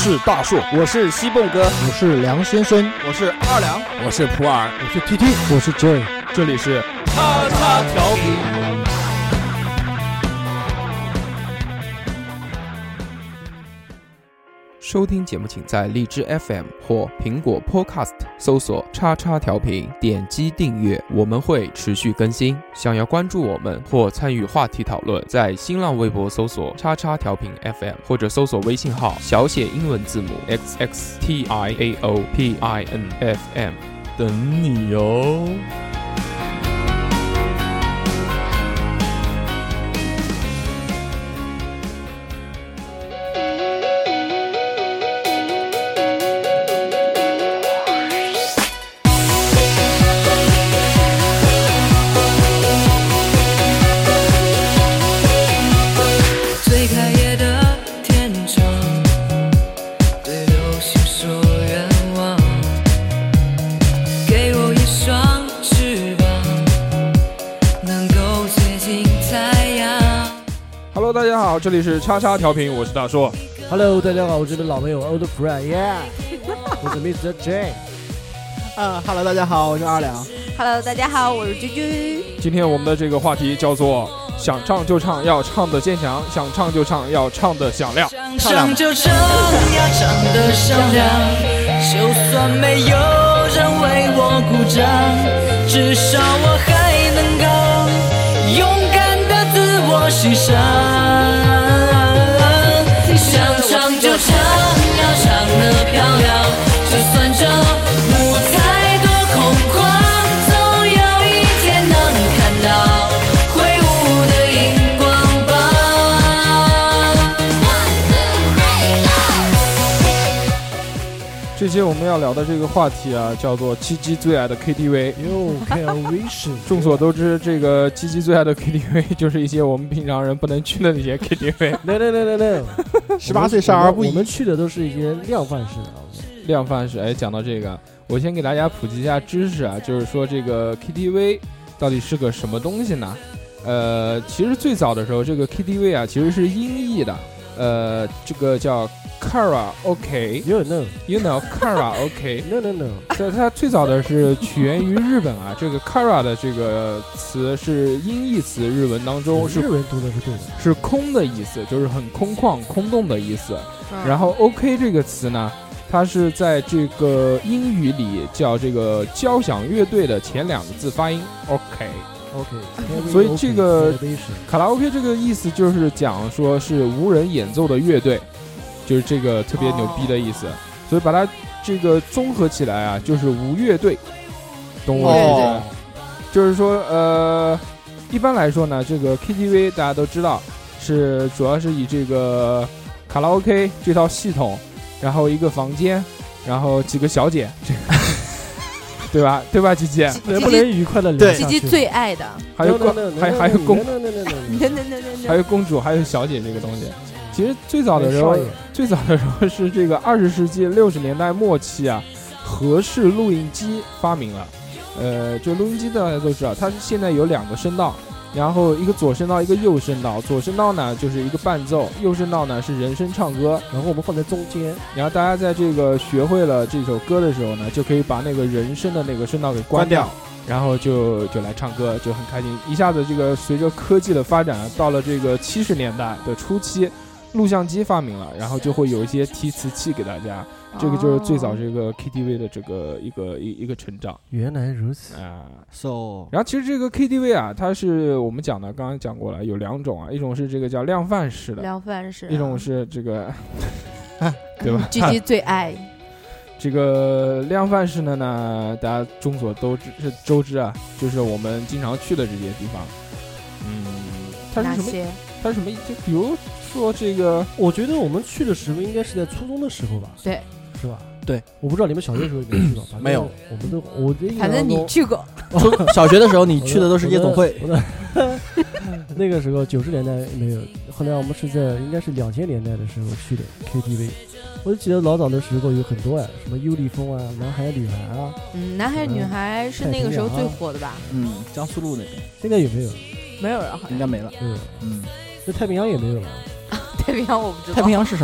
是大硕， 我是西蹦哥， 我是梁先生， 我是二两， 我是普洱， 我是 TT， 我是 Joy， 这里是叉叉调频。 收听节目请在荔枝 FM 或苹果 Podcast 搜索叉叉调频，点击订阅，我们会持续更新。想要关注我们或参与话题讨论，在新浪微博搜索叉叉调频 FM 或者搜索微信号小写英文字母 XXTIAOPINFM 等你哟。 大家好，这里是叉叉调频，我是大硕。 Hello， 大家好，我是你的老朋友 Old Friend， 我是 Mr. J。 Hello， 大家好，我是二两。 Hello， 大家好，我是居居。 今天我们的这个话题叫做想唱就唱，要唱得坚强；想唱就唱，要唱得响亮。 想唱就唱，要唱得响亮。就算没有人为我鼓掌，至少我还能够勇敢地自我欣赏。想唱就唱，要唱得漂亮。就算这舞台多空旷，总有一天能看到挥舞的荧光棒。 这期我们要聊的这个话题啊，叫做鸡鸡最爱的 KTV。众所周知，这个鸡鸡最爱的 KTV 就是一些我们平常人不能去的那些 KTV。No， 18岁少儿不宜。 我们去的都是一些量贩式的。 量贩式，哎，讲到这个，我先给大家普及一下知识啊，就是说这个 KTV 到底是个什么东西呢？其实最早的时候，这个 KTV 啊，其实是音译的，这个叫 Karaoke， you know Karaoke， no， 它最早的是起源于日本啊，这个 Kara 的这个词是音译词，日文当中是日文读的是对的， 是空的意思，就是很空旷、空洞的意思。然后 OK 这个词呢，它是在这个英语里叫这个交响乐队的前两个字发音 OK， 所以这个卡拉 OK 这个意思就是讲说是无人演奏的乐队，就是这个特别牛逼的意思，所以把它这个综合起来啊，就是无乐队，懂我意思？就是说一般来说呢，这个 KTV 大家都知道是主要是以这个卡拉 OK 这套系统，然后一个房间，然后几个小姐，对吧？对吧，吉吉？ 能不能愉快的聊下去？ 吉吉最爱的， 还有公主，还有小姐这个东西。其实最早的时候是这个20世纪60年代末期啊，合式录音机发明了。就录音机大家都知道，它现在有2个声道。然后一个左声道，一个右声道。左声道呢就是一个伴奏，右声道呢是人声唱歌， 然后我们放在中间。 然后大家在这个学会了这首歌的时候呢，就可以把那个人声的那个声道给关掉，然后就来唱歌，就很开心。一下子这个随着科技的发展，到了这个70年代的初期，录像机发明了，然后就会有一些提词器给大家。这个就是最早这个 KTV 的这个一个成长。 原来如此啊 ，so。 然后其实这个 KTV 啊，它是我们讲的，刚刚讲过了，有2种啊，一种是这个叫量贩式的，一种是这个，对吧？ 居居最爱。 这个量贩式的呢，大家众所周知啊，就是我们经常去的这些地方。它是什么？它是什么？就比如说这个， 我觉得我们去的时候应该是在初中的时候吧？ 对， 是吧？ 对， 我不知道你们小学的时候有没有去过， 没有， 反正你去过。 小学的时候你去的都是夜总会。 那个时候90年代没有，后来我们是在应该是2000年代的时候去的 KTV。我记得老早的时候有很多啊，什么优丽风啊，男孩女孩啊。 男孩女孩是那个时候最火的吧？ 江苏路那边。 现在有没有？ 没有了，好像应该没了。 那太平洋也没有了。 太平洋我不知道。 太平洋是什么？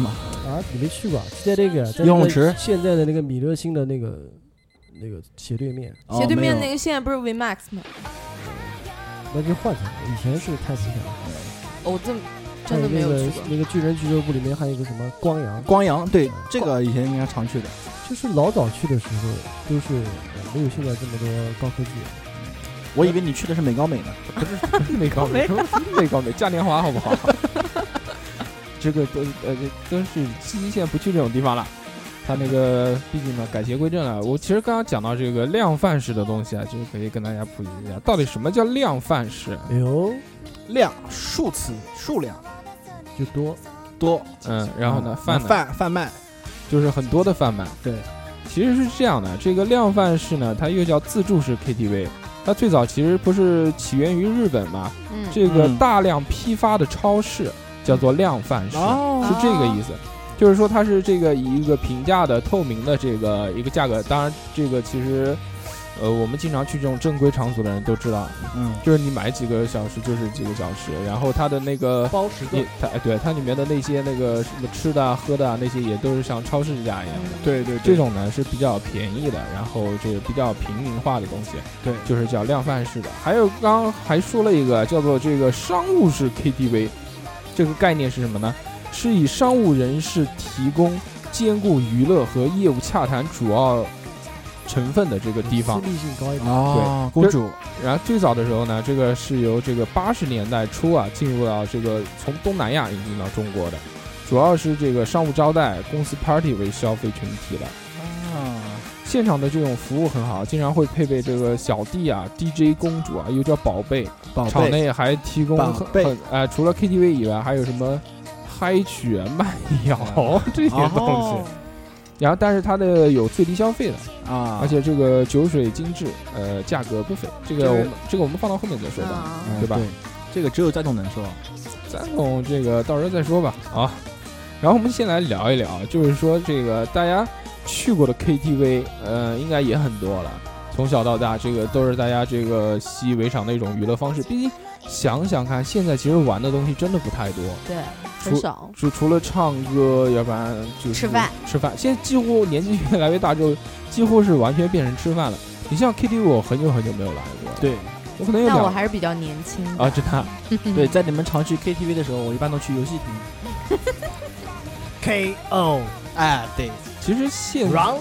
啊，你没去过？在那个游泳池， 现在的那个米勒星的那个斜对面， 斜对面那个现在不是 VMAX 吗？ 那就换成以前是太极拳。 哦，这真的没有去过。 那个巨人俱乐部里面还有一个什么光阳，对，这个以前应该常去的。 就是老早去的时候都是没有现在这么多高科技。 我以为你去的是美高美呢， 不是美高美，美高美嘉年华好不好？这个都是西西现在不去这种地方了。他那个毕竟呢改邪归正了。我其实刚刚讲到这个量贩式的东西啊，就是可以跟大家普及一下，到底什么叫量贩式？ 量数词数量就多， 然后呢贩卖就是很多的贩卖。 对， 其实是这样的，这个量贩式呢，它又叫自助式 KTV。它最早其实不是起源于日本嘛？这个大量批发的超市叫做量贩式，是这个意思。就是说它是这个以一个平价的、透明的这个一个价格。当然，这个其实，我们经常去这种正规场所的人都知道，就是你买几个小时就是几个小时，然后它的那个包时段， 它里面的那些那个什么吃的啊、喝的啊那些也都是像超市价一样的。 对， 这种呢是比较便宜的，然后这个比较平民化的东西， 对， 就是叫量贩式的。还有刚刚还说了一个叫做这个商务式 KTV， 这个概念是什么呢？是以商务人士提供兼顾娱乐和业务洽谈主要成分的这个地方， 私密性高一点。 对， 公主。 然后最早的时候呢，这个是由这个80年代初啊进入到这个从东南亚引进到中国的，主要是这个商务招待、公司 party 为消费群体的。现场的这种服务很好，经常会配备这个小弟啊、DJ 公主啊，又叫宝贝。场内还提供除了 KTV 以外，还有什么嗨曲、慢摇这些东西。然后，但是它的有最低消费的啊， 而且这个酒水精致，价格不菲。这个我们放到后面再说吧，对吧？ 对，这个只有赞总能说， 赞总这个到时候再说吧啊。然后我们先来聊一聊，就是说这个大家去过的 KTV，应该也很多了。从小到大，这个都是大家这个习以为常的一种娱乐方式。毕竟想想看，现在其实玩的东西真的不太多， 对，很少。 除了唱歌，要不然就是吃饭。现在几乎年纪越来越大之后，几乎是完全变成吃饭了。你像 KTV， 我很久没有来过。 对， 我可能有。 但我还是比较年轻的啊，真的。 对，在你们常去 KTV 的时候，我一般都去游戏厅。KO， 对。 其实现 Round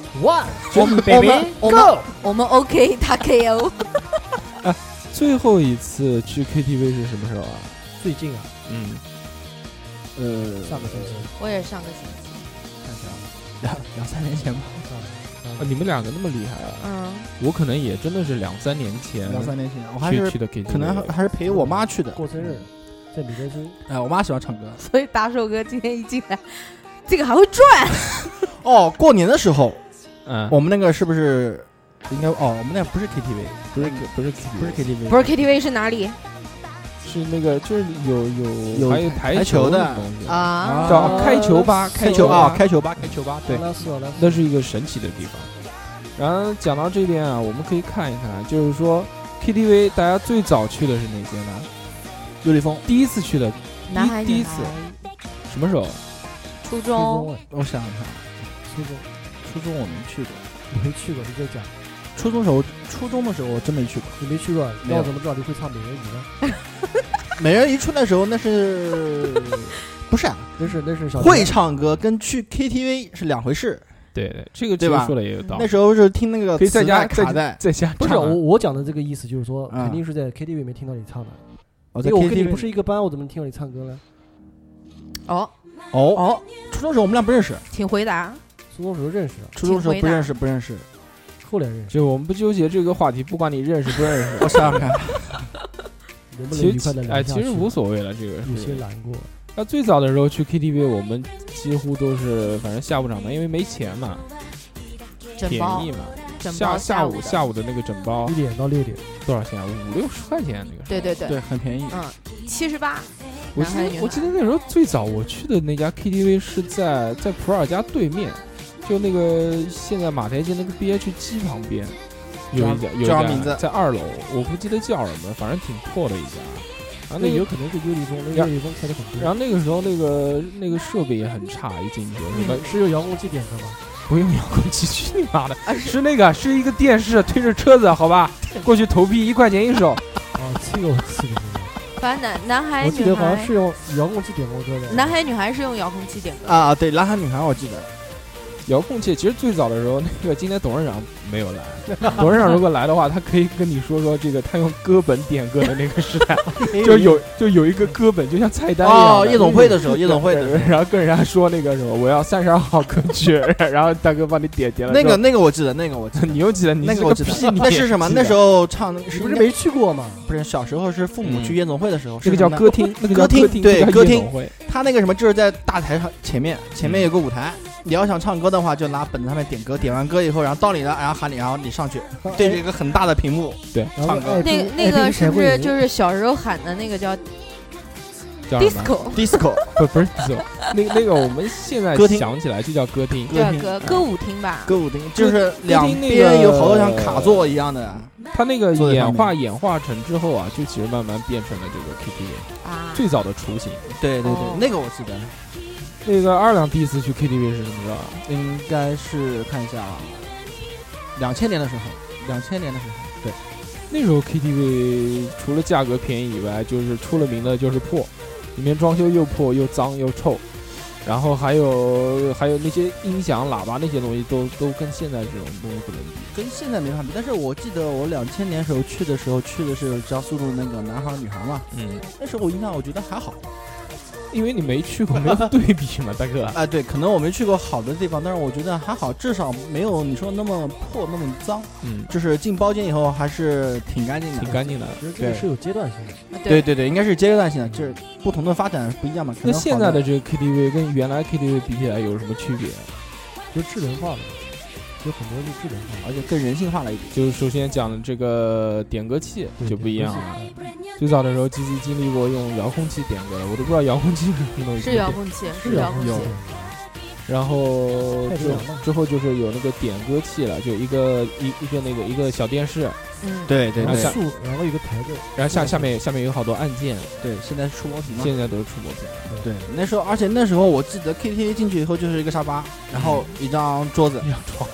One， 我们 OK， 他 KO。 最后一次去 KTV 是什么时候啊？ 最近啊，上个星期。 我也是上个星期。 看一下，2-3年前吧。 你们两个那么厉害啊！我可能也真的是2-3年前。 我还是去的 KTV， 可能还是陪我妈去的。 过生日，在米德星。 我妈喜欢唱歌， 所以大寿哥今天一进来，这个还会转。 过年的时候，我们那个是不是应该？我们那不是 KTV， 不是 KTV， 不是 KTV 是哪里？ 是那个就是有还有台球的啊， 叫开球吧， 开球吧，对， 那是一个神奇的地方。然后讲到这边啊，我们可以看一看，就是说 KTV 大家最早去的是哪些呢？ 优丽风， 第一次去的，第一次什么时候？ 初中。 我想想看，初中我没去过。 你没去过，你就讲。 初中的时候我真没去过。 你没去过，那我怎么知道你会唱美人鱼呢？ 美人鱼出来的时候那是不是啊？ 那是小会唱歌跟去 KTV 是两回事。 对，这个其实说的也有道理。 那时候是听那个可以在家卡带， 在家不是我讲的这个意思，就是说肯定是在 KTV 里面听到你唱的。 因为我跟你不是一个班，我怎么听到你唱歌呢？ 初中时候我们俩不认识。 请回答。 初中时候认识， 初中时候不认识， 后来认识。 就我们不纠结这个话题，不管你认识不认识。 我想想看， 能不能愉快的聊下去？ 其实无所谓了，这个有些难过。 那最早的时候去 KTV， 我们几乎都是反正下午场的，因为没钱嘛，便宜嘛。下午的那个整包 1点到6点多少钱啊？50-60块钱那个。 对，很便宜。 78。 我记得那时候最早我去的那家 KTV 是在普洱家对面，就那个现在马台街那个 BH 机旁边有一家名字在2楼，我不记得叫什么，反正挺破的一家。 然后那个那有可能是优利风，那个优利风开的很多。 然后那个时候那个设备也很差，一进去你们是用遥控器点的吗？ 不用遥控器，去你妈的！是那个是一个电视推着车子，好吧，过去投币1块钱1首。 哦，这个我记得。 反正男孩我记女孩得好像是用遥控器点过歌的。 男孩女孩是用遥控器点歌啊，对，男孩女孩我记得。 遥控器其实最早的时候，那个今天董事长没有来，董事长如果来的话，他可以跟你说这个他用歌本点歌的那个时代，就有一个歌本，就像菜单一样的。 夜总会的时候，夜总会的时候， 然后跟人家说那个什么，我要32号歌曲，然后大哥帮你点了。 那个我记得，那个我记得， 你又记得，你那个我记得，那是什么？那时候唱，你不是没去过吗？ 不是，小时候是父母去夜总会的时候， 那个叫歌厅，那个叫歌厅，对，歌厅。 他那个什么就是在大台上前面有个舞台。你要想唱歌的话，就拿本子上面点歌，点完歌以后，然后到你了，然后喊你，然后你上去，对着一个很大的屏幕， 对， 唱歌。 那个是不是就是小时候喊的那个叫 disco？ 不是 disco， 那个我们现在想起来就叫歌厅， 歌舞厅吧？ 歌舞厅就是两边有好多像卡座一样的。 它那个演化成之后啊，就其实慢慢变成了这个 KTV 啊，最早的雏形。 对，那个我记得。 那个2两第一次去 KTV 是什么时候？ 应该是看一下啊，2000年的时候。对， 那时候 KTV 除了价格便宜以外，就是出了名的就是破，里面装修又破又脏又臭，然后还有那些音响喇叭那些东西都跟现在这种东西不能比， 跟现在没法比。但是我记得我2000年时候去的时候，去的是江苏路那个男孩女孩嘛，那时候我印象我觉得还好。 因为你没去过，没有对比嘛，大哥。 啊，对，可能我没去过好的地方，但是我觉得还好，至少没有你说那么破那么脏。就是进包间以后还是挺干净的， 挺干净的。 这个是有阶段性的。对，应该是阶段性的，就是不同的发展不一样嘛。 那现在的这个 KTV 跟原来 KTV 比起来有什么区别？ 就智能化了。有很多是智能化， 而且更人性化了一点。 就是首先讲的这个点歌器就不一样了。最早的时候，GC经历过用遥控器点歌的，我都不知道遥控器是什么东西。 是遥控器，是遥控器。 然后之后就是有那个点歌器了，就一个小电视。 对， 然后一个台子， 然后下面有好多按键。 对，现在是触摸屏嘛。 现在都是触摸屏。 对，那时候，而且那时候我记得 KTV 进去以后就是一个沙发，然后一张桌子， 一张床，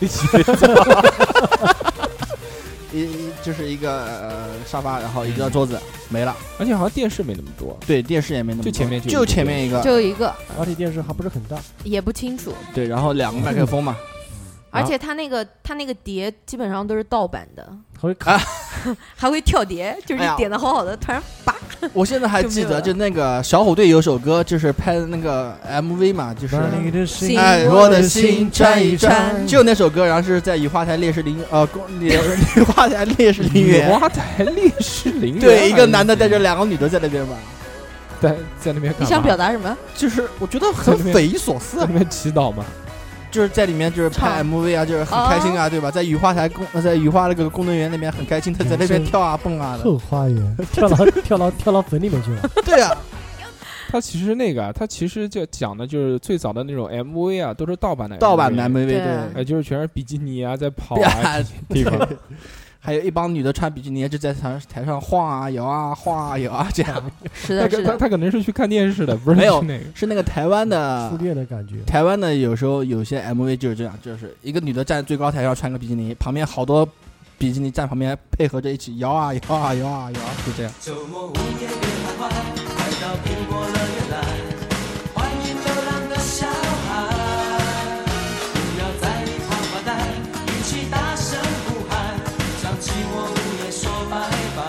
就是一个沙发，然后一张桌子没了。 而且好像电视没那么多。 对，电视也没那么多，就前面一个， 就一个， 而且电视还不是很大， 也不清楚。 对，然后2个麦克风嘛。 而且它那个碟基本上都是盗版的， 还会跳碟，就是点的好好的，突然叭。 我现在还记得，就那个小虎队有首歌，就是拍的那个 MV 嘛，就是爱我的心转一转，就那首歌，然后是在雨花台烈士陵雨花台烈士陵园， 雨花台烈士陵园， 对，一个男的带着2个女的在那边吧。 在那边干嘛？ 你想表达什么？ 就是我觉得很匪夷所思， 在那边祈祷嘛。 就是在里面就是拍 MV 啊，就是很开心啊，对吧？在雨花那个功能园那边很开心，他在那边跳啊蹦啊的。 后花园跳到坟里面去了。 对啊， 他其实就讲的就是最早的那种 MV 啊，都是盗版的 MV， 对，就是全是比基尼啊，在跑啊地方。 还有一帮女的穿比基尼就在台上晃啊摇啊晃啊摇啊这样。 是的， 他可能是去看电视的，不是没有那个， 是那个台湾的初恋的感觉。 台湾的有时候有些 MV 就是这样，就是一个女的站最高台上穿个比基尼，旁边好多比基尼站旁边配合着一起摇啊摇啊摇啊摇，就这样。周末午夜别徘徊，快到苹果乐园来，欢迎流浪的小孩，不要在里发发呆，一起大声呼喊，向寂寞午夜说拜拜。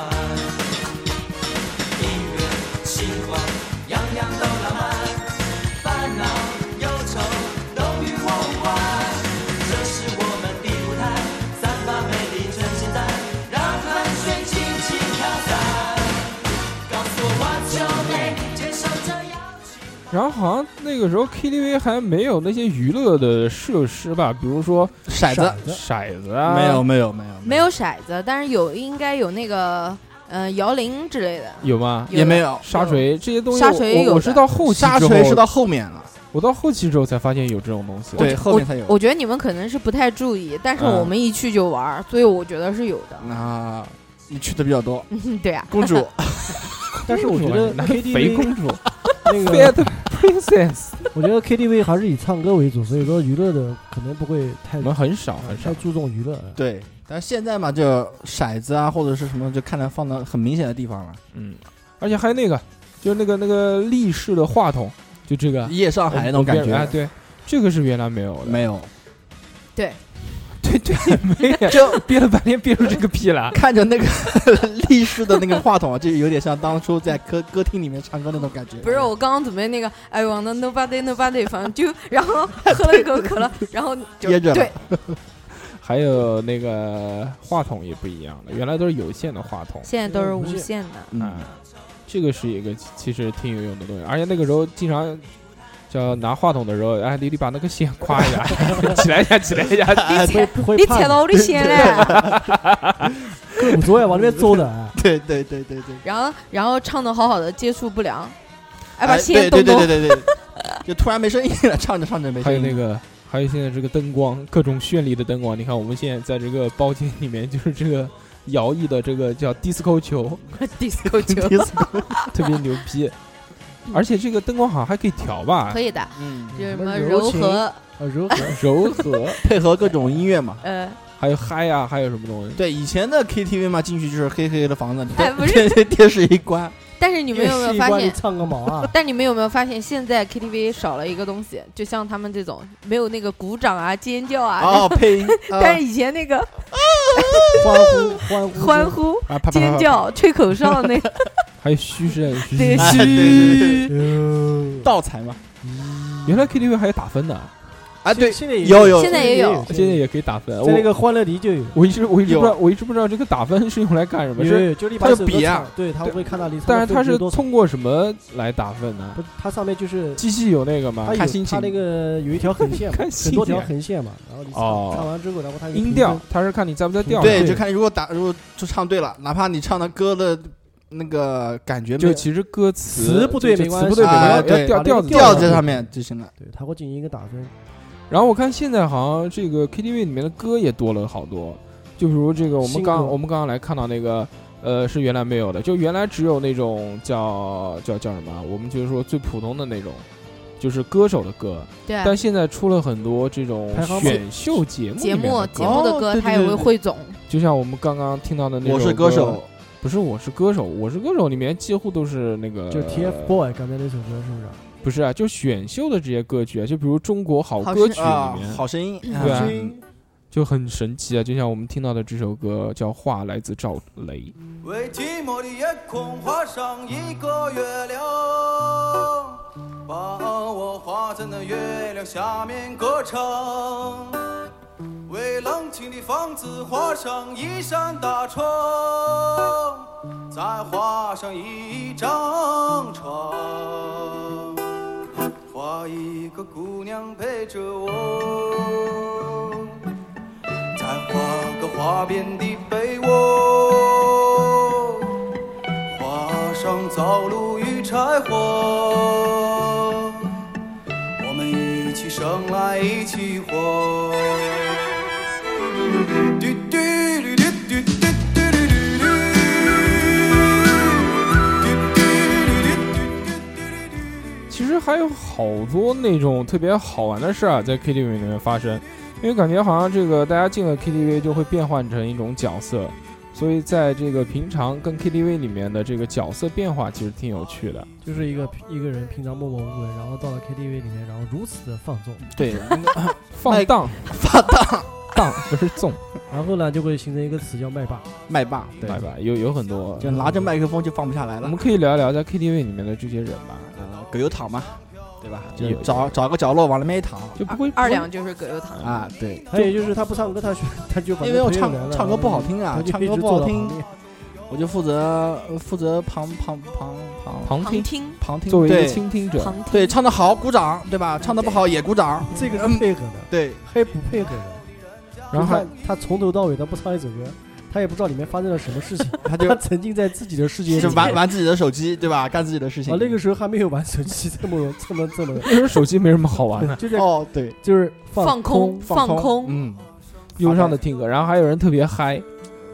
音乐星光样样都浪漫，烦恼忧愁都与我无关，这是我们的舞台，散发美丽真现在，让汗水尽情飘散，告诉我 What's your name， 接受这邀请。然后好像那个时候 KTV 还没有那些娱乐的设施吧，比如说骰子啊，没有骰子，但是应该有那个摇铃之类的， 有吗？ 也没有沙锤这些东西， 沙锤有， 我是到后期之后， 沙锤是到后面了。 我到后期之后才发现有这种东西， 对，后面才有。 我觉得你们可能是不太注意，但是我们一去就玩，所以我觉得是有的。 啊，你去的比较多。 对啊， 公主但是我觉得哪个肥 KTV 公主那个， ，Fat Princess， 我觉得 KTV 还是以唱歌为主，所以说娱乐的可能不会太我们很少很少太。注重娱乐。 对，但是现在嘛，就骰子啊或者是什么，就看着放到很明显的地方了。 嗯，而且还有那个，就那个立式的话筒，就这个夜上海那种感觉， 哎，对，这个是原来没有的， 没有。 对，没有， 就憋了半天憋出这个屁来。 看着那个立式的那个话筒，就有点像当初在歌厅里面唱歌那种感觉。 不是，我刚刚准备那个 I wanna nobody， 反正就然后喝了一口可乐，然后就噎着了对， 还有那个话筒也不一样了，原来都是有线的话筒， 现在都是无线的。 嗯啊，这个是一个其实挺有用的东西，而且那个时候经常叫拿话筒的时候，哎，你把那个线夸一下，起来一下，起来一下， 你会怕踩到我的线了， 更不作呀，往那边走的。哎对， 然后唱的好好的，接触不良，哎，把对线动动。 对，就突然没声音了，唱着唱着没还声音。 有那个，还有现在这个灯光，各种绚丽的灯光，你看我们现在在这个包间里面，就是这个摇曳的这个叫 disco 球， disco 球特别牛逼，而且这个灯光好像还可以调吧可，以的， 嗯， 就是什么什么柔情柔和， 柔和柔和， 配合各种音乐嘛。 还有嗨啊，还有什么东西？ 对，以前的 KTV 嘛，进去就是黑黑的房子， 哎不是电视一关， 但是你们有没有发现？ 唱个毛啊？ 但你们有没有发现，现在 KTV 少了一个东西，就像他们这种没有那个鼓掌啊、尖叫啊， 哦，配音， 但是以前那个欢呼、 啊，啪尖，叫、吹口哨那个， 还有嘘声，嘘对声。 哎对嘘， 盗财嘛， 原来 KTV 还有打分的， 啊，对， 现在也有现在也有现在也可以打分。 在那个欢乐迪就有。 我一直不知道，不知道这个打分是用来干什么，是， 就你它有笔啊， 对，他会看到你。 但是它是通过什么来打分呢？ 不，它上面就是机器有那个吗它？ 看心情它那个有一条横线嘛， 看心很多条情横线嘛，然后你哦唱完之后，然后它有音调评分， 它是看你在不在调上。 对，就看如果就唱对了，哪怕你唱的歌的那个感觉没有就其实歌词词不对就没关系词不对没关系， 啊对要调子调在上面就行了。 对，它会进行一个打分。 然后我看现在好像这个 KTV 里面的歌也多了好多，就比如这个新歌我们刚刚来看到那个是原来没有的，就原来只有那种叫什么，我们就是说最普通的那种，就是歌手的歌， 对啊， 但现在出了很多这种排行榜选秀节目里面的歌节目的歌哦对对它也会对汇总， 就像我们刚刚听到的那首我是歌手， 不是我是歌手，我是歌手里面几乎都是那个就是 TFBOY 刚才那首歌是不是？ 不是啊，就选秀的这些歌曲啊，就比如中国好好声歌曲里啊面，， 好声音， 对啊追就很神奇啊，就像我们听到的这首歌叫《画》，来自赵雷。 为寂寞的夜空画上一个月亮，把我画在那月亮下面歌唱。为冷清的房子画上一扇大窗，再画上一张床，画一个姑娘陪着我，再画个花边的被窝，画上灶炉与柴火，我们一起生来一起活。 其实还有好多那种特别好玩的事啊，在 KTV 里面发生，因为感觉好像这个大家进了 KTV 就会变换成一种角色，所以在这个平常跟 KTV 里面的这个角色变化其实挺有趣的。 就是一个人平常默默无闻，然后到了 KTV 里面，然后如此的放纵， 对，那个放荡发大荡不是纵， 然后呢就会形成一个词叫麦霸。 麦霸，对对吧？有很多， 就拿着麦克风就放不下来了我们。可以聊一聊在 KTV 里面的这些人吧， 葛优躺嘛，对吧？就有找个角落往那边一躺就不会二两就是葛优躺， 啊，对， 还有就是他不唱歌，他就把因为我唱那朋友来了唱歌不好听啊他就唱歌一直坐不好听到旁边我就负责旁旁听， 听旁听， 作为一个对倾听者， 旁听， 对，唱得好鼓掌，对吧？唱得不好也鼓掌， 这个是配合的， 对， 还不配合的。 然后还他从头到尾他不唱一首歌，他也不知道里面发生了什么事情， 他就他沉浸在自己的世界里就面。 玩自己的手机，对吧？干自己的事情。 啊，那个时候还没有玩手机这么那时候手机没什么好玩的， 就是哦，对， 就是放空放空， 嗯， 忧伤的听歌，然后还有人特别嗨，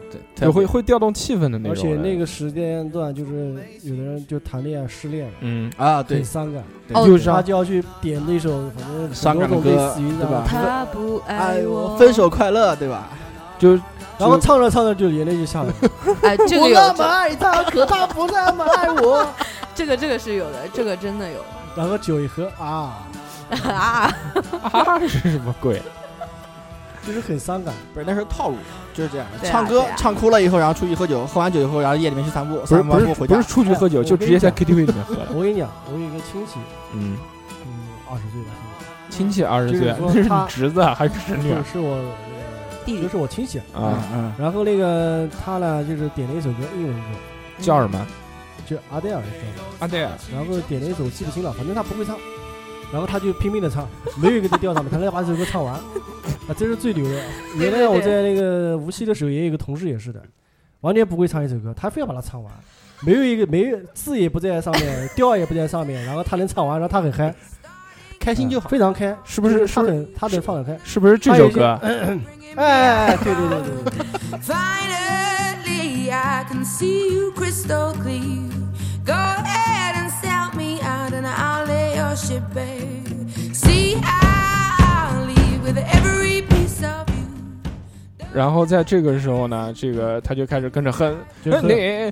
对， 就会调动气氛的那种。 而且那个时间段就是有的人就谈恋爱失恋了， 对很，伤感， 哦就是他就要去点那首反正伤感的很多种歌类似于对吧他不爱我， 分手快乐，对吧？ 就然后唱着唱着就眼泪就下来了。 哎，这个我有， 那么爱他，可他不那么爱我。 这个是有的，这个真的有然后酒一喝啊， 啊。 是什么鬼？ 就是很伤感。 不是，那是套路，就是这样。 对啊唱歌对啊唱哭了以后，然后出去喝酒，喝完酒以后，然后夜里面去散步， 不是散完步回家。 不是出去喝酒， 哎就直接在 KTV 里面喝了。 我跟你讲，我有一个亲戚， 嗯， 20岁吧， 亲戚20岁， 就是说那是你他侄子啊还是侄女啊？ 是我弟弟就是我亲戚。 啊， 然后那个他呢，就是点了一首歌，英文歌， 叫什么？ 就阿黛尔，你知道吗？ 阿黛尔。 然后点了一首记不清了，反正他不会唱，然后他就拼命的唱，没有一个在调上面，他要把这首歌唱完，啊，这是最牛的。原来我在那个无锡的时候，也有一个同事也是的，完全不会唱一首歌，他非要把它唱完，没有字也不在上面，调也不在上面，然后他能唱完，然后他很嗨， 开心就好。 非常开， 是不是他能放得开？ 是不是这首歌？ 哎，对对对对对。 Finally, I can see you crystal clear. Go ahead and sell me out, and I'll lay your ship bare. See, I'll leave with every piece of you. 然后在这个时候呢，这个他就开始跟着哼， 就哼你，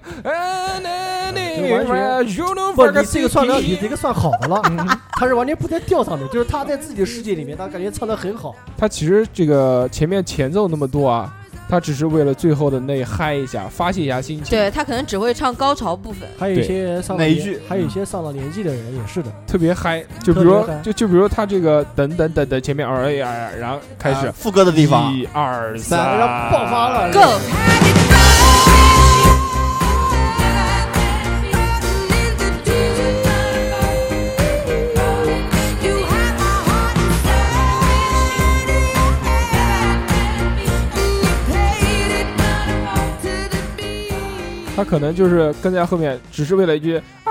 不，你这个算你这个算好的了，他是完全不在调上面，就是他在自己的世界里面，他感觉唱得很好。 他其实这个前面前奏那么多啊，他只是为了最后的那嗨一下，发泄一下心情。 对他可能只会唱高潮部分， 还有一些上了哪一句还有一些上了年纪的人也是的， 特别嗨，就比如说特别嗨就比如他这个等等等等前面哎呀，然后开始副歌的地方， 1、2、3， 然后爆发了 Go 他可能就是跟在后面，只是为了一句啊，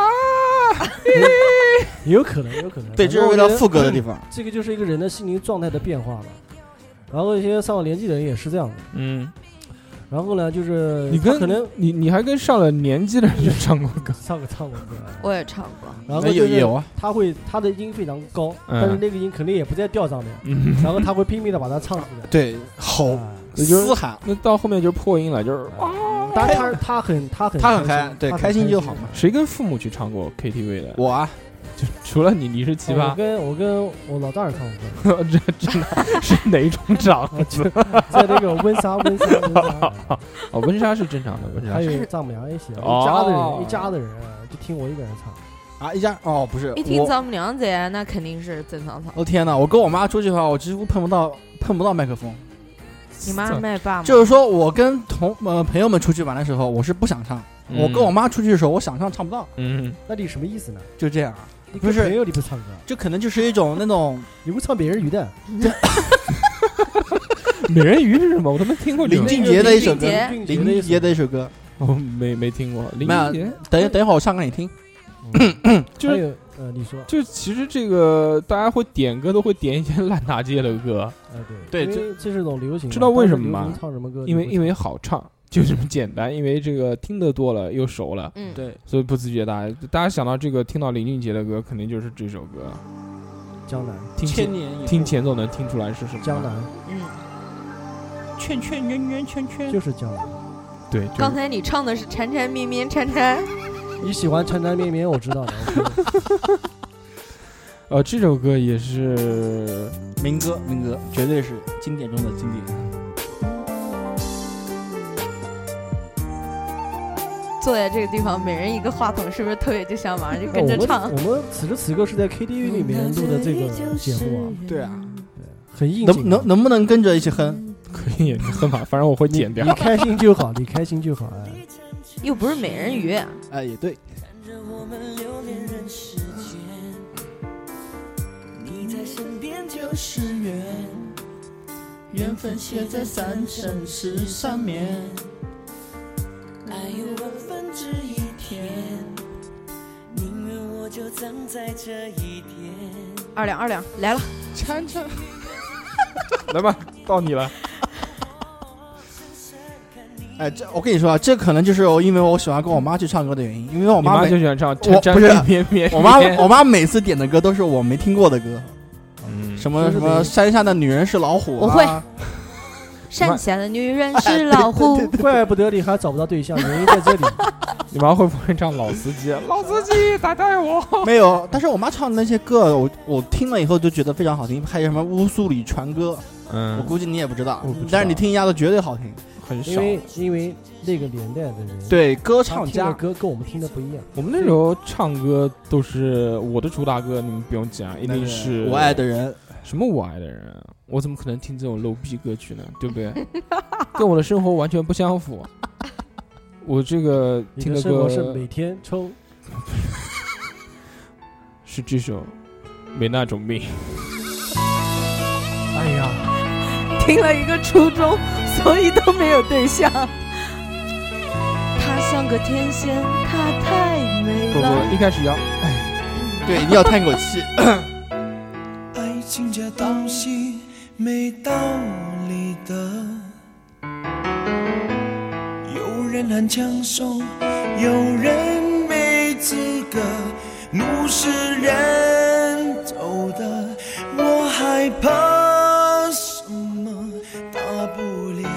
有可能。 对，这是为了副歌的地方。 这个就是一个人的心灵状态的变化嘛。然后一些上了年纪的人也是这样的。 嗯， 然后呢，就是你跟他可能你还跟上了年纪的人唱过歌， 唱过歌， 我也唱过。 然后就是有啊， 他的音非常高，但是那个音肯定也不在调上面，然后他会拼命的把它唱出来。 对，吼啊嘶喊， 那到后面就是破音了，就是但他很他很开嗨，对，开心就好嘛。 谁跟父母去唱过 KTV 的？ 我啊， 就除了你是奇葩， 我跟我老丈人唱过歌， 这真的是哪种场子？ 在那个温莎， 哦，温莎是正常的，温莎还是有丈母娘一起， 哦一家的人就听我一个人唱。 啊，一家哦，不是， 一听丈母娘在，那肯定是正常唱。 我天哪！我跟我妈出去的话，我几乎碰不到麦克风。 你妈是麦霸吗？ 就是说我跟朋友们出去玩的时候，我是不想唱；我跟我妈出去的时候，我想唱唱不到。 嗯， 那你什么意思呢？ 就这样啊？ 你不是朋友你不唱歌， 就可能就是一种那种你会唱美人鱼的。 美人鱼是什么？我都没听过。 林俊杰的一首歌， 林俊杰的一首歌， 我没听过。林俊杰， 等一会儿我唱给你听。 就是你说， 就其实这个大家会点歌都会点一些烂大街的歌， 对，因为这是种流行， 知道为什么吗？ 唱什么歌？ 因为好唱，就这么简单。因为这个听得多了又熟了， 对， 所以不自觉大家想到这个听到林俊杰的歌，肯定就是这首歌。 江南， 听前奏能听出来是什么？ 江南， 圈圈圆圆圈圈， 就是江南。 对， 刚才你唱的是缠缠绵绵缠缠。 你喜欢缠缠绵绵，我知道的。 这首歌也是民歌，绝对是经典中的经典。 坐在这个地方，每人一个话筒，是不是特别就想马上就跟着唱？ 我们此时此刻是在 KTV 里面录的这个节目啊。 对啊， 很应景。 能不能跟着一起哼？ 可以，你哼吧，反正我会剪掉。 你开心就好，你开心就好。哎， 又不是美人鱼。 哎，也对。 你在身边就是缘，缘分写在3城市上面，爱有1/1天，宁愿我就葬在这一天。 2两来了， 唱， 来吧，到你了。 哎，这我跟你说啊，这可能就是因为我喜欢跟我妈去唱歌的原因，因为我你妈每就喜欢唱我不是绵我妈每次点的歌都是我没听过的歌，什么什么山下的女人是老虎， 我会。山下的女人是老虎， 怪不得你还找不到对象，原因在这里。 你妈会不会唱老司机？老司机带带我。 没有，但是我妈唱的那些歌，我听了以后就觉得非常好听，还有什么乌苏里船歌，我估计你也不知道，但是你听一下都绝对好听， 很少。 因为那个年代的人， 对歌唱家歌跟我们听的不一样。 我们那时候唱歌都是我的主打歌，你们不用讲，一定是我爱的人。 什么我爱的人啊？我怎么可能听这种 low 逼歌曲呢？对不对？跟我的生活完全不相符。我这个听的歌是每天抽， 是这首没那种命。 哎呀， 听了一个初中，所以都没有对象。她像个天仙，她太美了。 不，一开始要， 对，一定要叹口气。 爱情这东西没道理的，有人很抢手，有人没资格，路是人走的，我害怕什么大不了，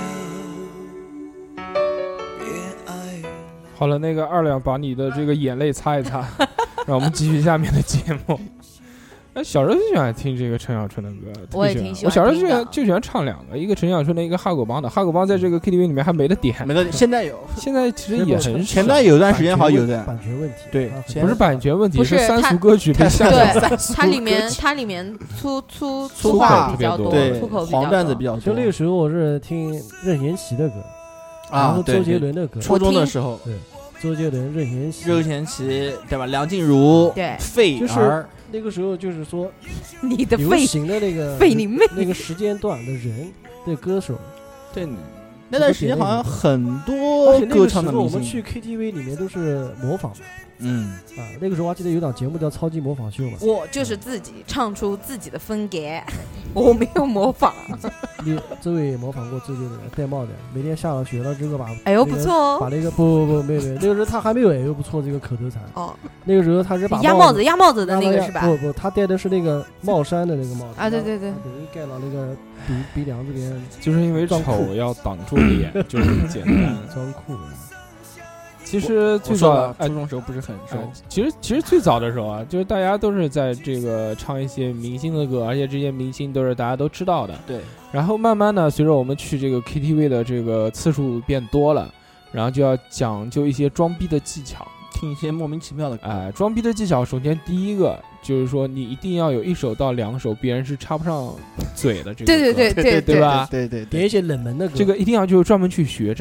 别爱了。 好了，那个2两把你的这个眼泪擦一擦，让我们继续下面的节目。小时候就喜欢听这个陈小春的歌， 我也挺喜欢。 我小时候就喜欢唱2个，一个陈小春的，一个哈狗帮的。哈狗帮在这个 KTV 里面还没得点， 没得，现在有， 现在其实也很少。 前段有一段时间好像有的版权问题， 对， 不是版权问题， 不是三俗歌曲被下对，它里面粗话比较多， 对， 粗口比较多， 黄段子比较多。 就那个时候我是听任贤齐的歌，然后周杰伦的歌。 初中的时候， 对，周杰伦、任贤齐， 对吧？梁静茹， 对， 费儿。 那个时候就是说， 你的流行的那个费你妹那个时间段的人的歌手， 对，那段时间好像很多歌唱的明星。 我们去 KTV 里面都是模仿的，那个时候我还记得有档节目叫《超级模仿秀》嘛。 我就是自己唱出自己的风格，我没有模仿。 你周伟模仿过周杰伦，戴帽子，每天下了学了之后哎呦不错哦， 把那个不没有，那个时候他还没有哎呦不错这个口头禅哦。 那个时候他是把压帽子的那个是吧？ 不，他戴的是那个帽衫的那个帽子啊，对，等于盖到那个鼻梁这边， 就是因为丑要挡住脸，就是这么简单， 装酷。 其实最早初中时候不是很熟， 其实最早的时候啊，就是大家都是在这个唱一些明星的歌，而且这些明星都是大家都知道的。 对。 然后慢慢的，随着我们去这个 KTV 的这个次数变多了，然后就要讲究一些装逼的技巧， 听一些莫名其妙的歌。 装逼的技巧，首先第一个就是说，你一定要有1首到2首别人是插不上嘴的这个歌， 对吧？ 对， 点一些冷门的歌， 这个一定要就是专门去学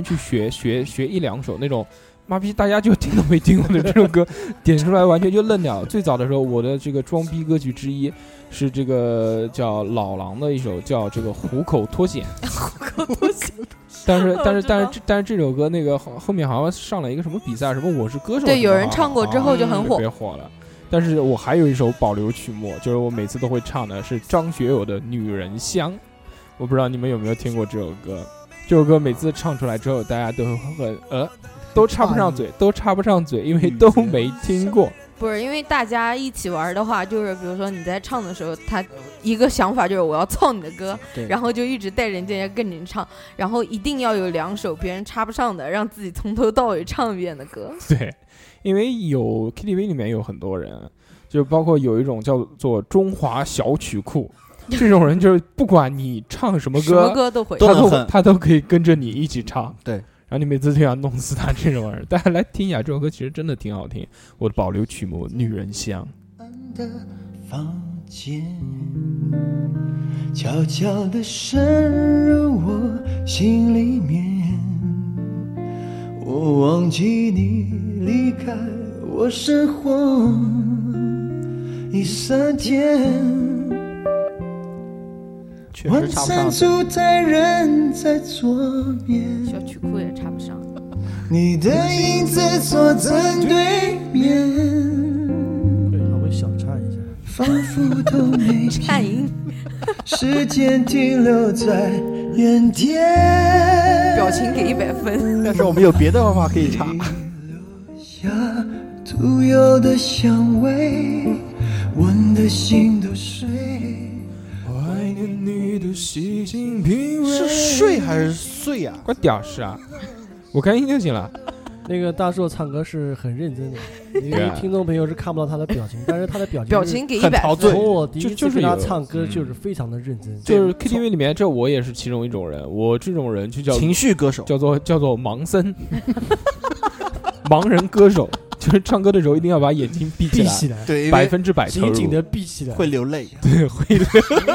1-2首那种。妈逼，大家就听都没听过的这首歌，点出来完全就愣掉了。最早的时候，我的这个装逼歌曲之一是这个叫老狼的一首叫这个《虎口脱险》。 虎口脱险。 但是这首歌那个后面好像上了一个什么比赛，什么我是歌手。 对，有人唱过之后就很火， 特别火了。但是我还有一首保留曲目，就是我每次都会唱的是张学友的《女人香》。我不知道你们有没有听过这首歌？这首歌每次唱出来之后，大家都会都插不上嘴，因为都没听过。 不是因为大家一起玩的话，就是比如说你在唱的时候，他一个想法就是我要操你的歌，然后就一直带人家跟着唱，然后一定要有2首别人插不上的，让自己从头到尾唱一遍的歌。 对，因为有 KTV 里面有很多人，就包括有一种叫做中华小曲库。这种人就是不管你唱什么歌， 什么歌都会， 他都可以跟着你一起唱。 对， 然后你每次都要弄死他这种人。大家来听一下这首歌，其实真的挺好听。我的保留曲目《女人香》。 房间悄悄地渗入我心里面，我忘记你离开我生活一3天。 晚餐烛台人在左边， 小曲库也插不上。 你的影子坐在对面， 还会小唱一下， 仿佛都没颤音， 时间停留在原点。 表情给100分。 但是我们有别的方法可以唱。 下独有的香味，闻得心都碎。 怀念你的细心品味。 是睡还是碎啊？ 关屌事啊！我开心就行了。 那个大硕唱歌是很认真的，因为听众朋友是看不到他的表情，但是他的表情给100分。 从我第一次跟他唱歌就是非常的认真， 就是 KTV 里面，这我也是其中一种人。我这种人就叫情绪歌手， 叫做盲僧，盲人歌手，就是唱歌的时候一定要把眼睛闭起来， 对 ，100%投入， 紧紧的闭起来， 会流泪， 对，会流。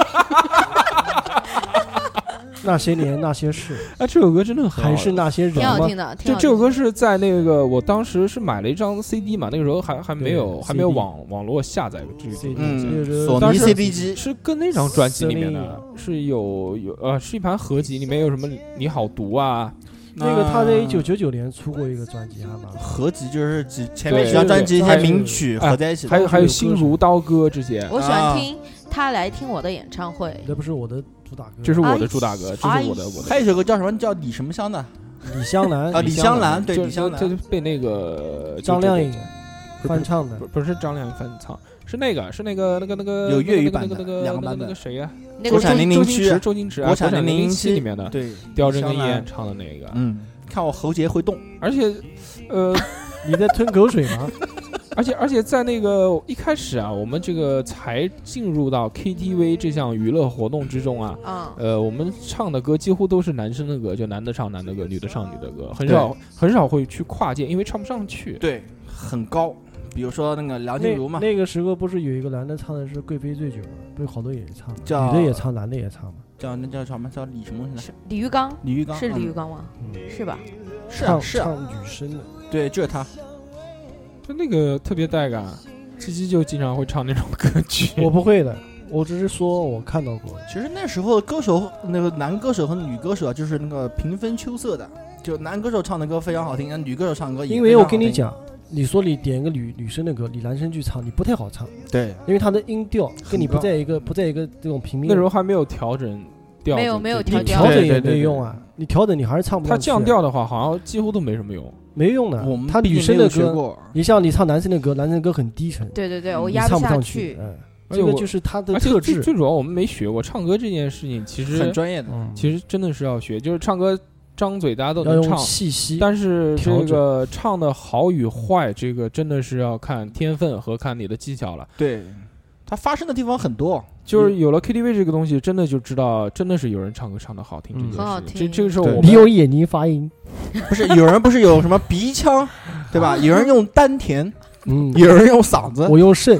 那些年那些事啊，这首歌真的很好， 还是那些人吗？ 挺好听的。 这首歌是在那个，我当时是买了一张 CD 嘛，那个时候还没有网络下载这个 CD，索尼 CD 机是跟那张专辑里面的，是是一盘合集，里面有什么你好毒啊。 那个他在1999年出过一个专辑，还蛮合集，就是前面几张专辑一些名曲合在一起， 还有心如刀割这些。 我喜欢听他来听我的演唱会， 这不是我的主打歌， 这是我的主打歌，这是我的。 还有一首歌叫什么？叫李什么香的？ 李香兰啊，李香兰，对，李香兰， 这就被那个张靓颖翻唱的， 不是张靓颖翻唱，是那个有粤语版的两个版本， 那个谁呀？ 国产007， 周星驰啊， 国产 007里面的， 对， 刁真跟燕唱的那个， 看我喉结会动， 而且， 你在吞口水吗？ 而且在那个一开始啊，我们这个才进入到 KTV 这项娱乐活动之中啊，我们唱的歌几乎都是男生的歌，就男的唱男的歌，女的唱女的歌，很少会去跨界，因为唱不上去， 对，很高。比如说那个梁静茹嘛， 那个时候不是有一个男的唱的是《贵妃醉酒》吗？不是好多也唱，女的也唱，男的也唱嘛。 叫什么？叫李什么？ 李玉刚。 李玉刚是李玉刚吗？是吧？ 是唱女生的， 对，就是他。 就那个特别带感，七七就经常会唱那种歌曲。 我不会的，我只是说我看到过。 其实那时候歌手，那个男歌手和女歌手啊，就是那个平分秋色的，就男歌手唱的歌非常好听，女歌手唱的歌也非常好听。 因为我跟你讲。你说你点一个女生的歌，你男生去唱，你不太好唱。 对， 因为他的音调跟你不在一个这种平面。 那时候还没有调整调， 没有调整也没用啊。你调整你还是唱不上去。 他降调的话，好像几乎都没什么用， 没用的。他女生的歌，你像你唱男生的歌，男生的歌很低沉。 对，我压不下去。 这个就是他的特质。 最主要我们没学过唱歌这件事情，其实很专业的。 其实真的是要学，就是唱歌。张嘴大家都能唱， 气息， 但是这个唱的好与坏，这个真的是要看天分和看你的技巧了。 对，它发生的地方很多， 就是有了 KTV 这个东西，真的就知道，真的是有人唱歌唱的好听， 很好听。 这个时候你用眼睛发音， 不是有人不是有什么鼻腔，对吧？有人用丹田，有人用嗓子， 我用肾，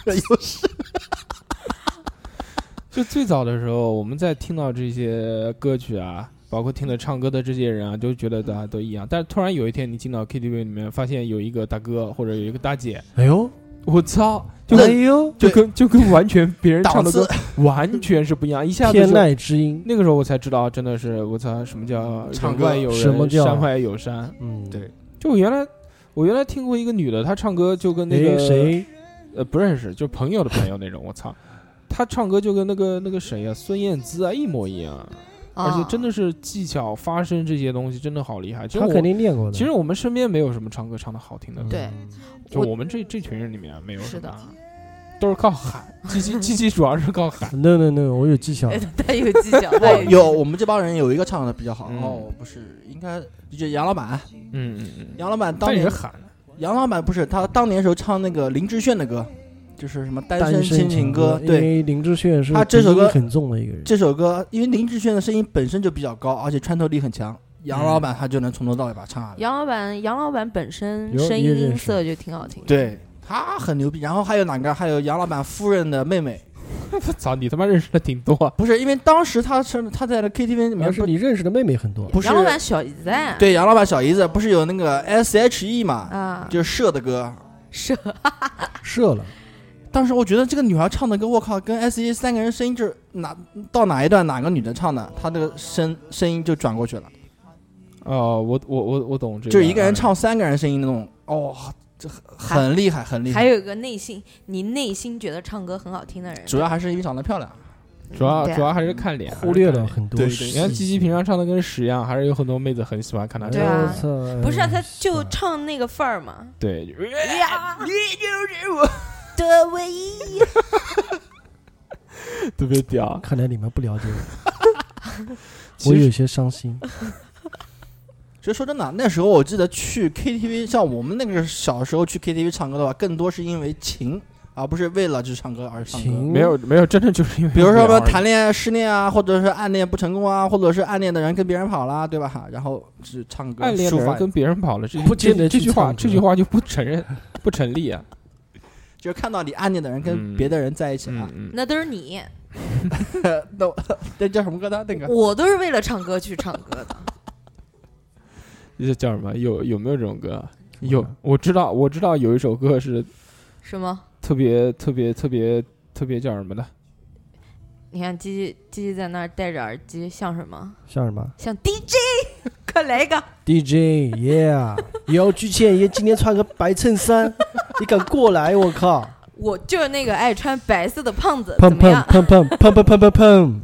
就最早的时候，我们在听到这些歌曲啊。包括听了唱歌的这些人啊，都觉得大家都一样。但是突然有一天，你进到 KTV 里面，发现有一个大哥或者有一个大姐， 哎呦， 我操，就跟完全别人唱的歌完全是不一样，一下子天籁之音。 那个时候我才知道，真的是我操，什么叫唱歌有人， 什么叫山外有山。 对。 就我原来听过一个女的，她唱歌就跟那个谁， 不认识，就朋友的朋友那种。我操，她唱歌就跟那个谁呀，孙燕姿啊一模一样。而且真的是技巧、发声这些东西真的好厉害。 他肯定练过的。 其实我们身边没有什么唱歌唱的好听的。 对， 就我们这群人里面没有。 是的， 都是靠喊。鸡主要是靠喊。 No， 我有技巧。 他有技巧。 有我们这帮人有一个唱的比较好。不是，应该就杨老板。杨老板当年喊。 杨老板不是他当年时候唱那个林志炫的歌。就是什么单身亲情歌，对， 因为林志炫是他这首歌很重的一个人。 这首歌，因为林志炫的声音本身就比较高，而且穿透力很强，杨老板他就能从头到尾把它唱下来。 杨老板本身声音音色就挺好听的， 对，他很牛逼。然后还有哪个？还有杨老板夫人的妹妹。 操，你他妈认识的挺多啊！ 不是，因为当时他在那 KTV 里面， 是你认识的妹妹很多。 不是杨老板小姨子。 对，杨老板小姨子不是有那个 SHE 嘛？就是射的歌， 射了。 当时我觉得这个女孩唱的歌，我靠，跟 S.E 三个人声音就是到哪一段哪个女的唱的，她这个声音就转过去了。 我懂这个， 就是一个人唱三个人声音那种，这很厉害，很厉害。 还有一个你内心觉得唱歌很好听的人， 主要还是因为长得漂亮。 主要还是看脸， 忽略了很多。 对， 你看鸡鸡平常唱的跟屎一样，还是有很多妹子很喜欢看他唱。 对啊，不是他就唱那个范儿嘛。 对， 呀，你就是我的唯一， 特别屌。 看来你们不了解我，我有些伤心。 其实说真的，那时候我记得去 KTV， 像我们那个小时候去 KTV 唱歌的话，更多是因为情，而不是为了去唱歌而唱歌。 没有，真的就是因为， 比如说什么谈恋爱失恋啊，或者是暗恋不成功啊，或者是暗恋的人跟别人跑了，对吧？然后是唱歌。 暗恋的人跟别人跑了， 不见得这句话就不成立啊。 就是看到你暗恋的人跟别的人在一起了， 那都是你。 那叫什么歌的？那个我都是为了唱歌去唱歌的。 这叫什么？有没有这种歌？有，我知道有一首歌是什么？ 特别叫什么的？ 你看鸡鸡在那儿戴着耳机，像什么？ 像什么？ 像 DJ， 快来一个 DJ， yeah！ 姚居倩也今天穿个白衬衫，你敢过来？我靠！ 我就是那个爱穿白色的胖子， 砰怎么样？ 砰砰砰砰砰砰砰砰！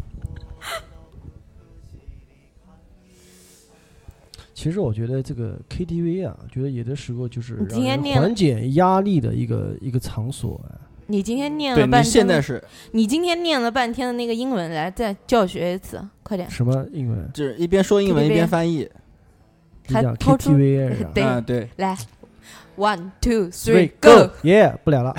其实我觉得这个 KTV 啊，觉得有的时候就是让人缓解压力的一个场所啊。 你今天念了半天， 现在是你今天念了半天的那个英文，来再教学一次，快点。 什么英文？ 就是一边说英文一边翻译。 还掏出 KTV 对， 来 ，1 2 3 go， 耶，不了了。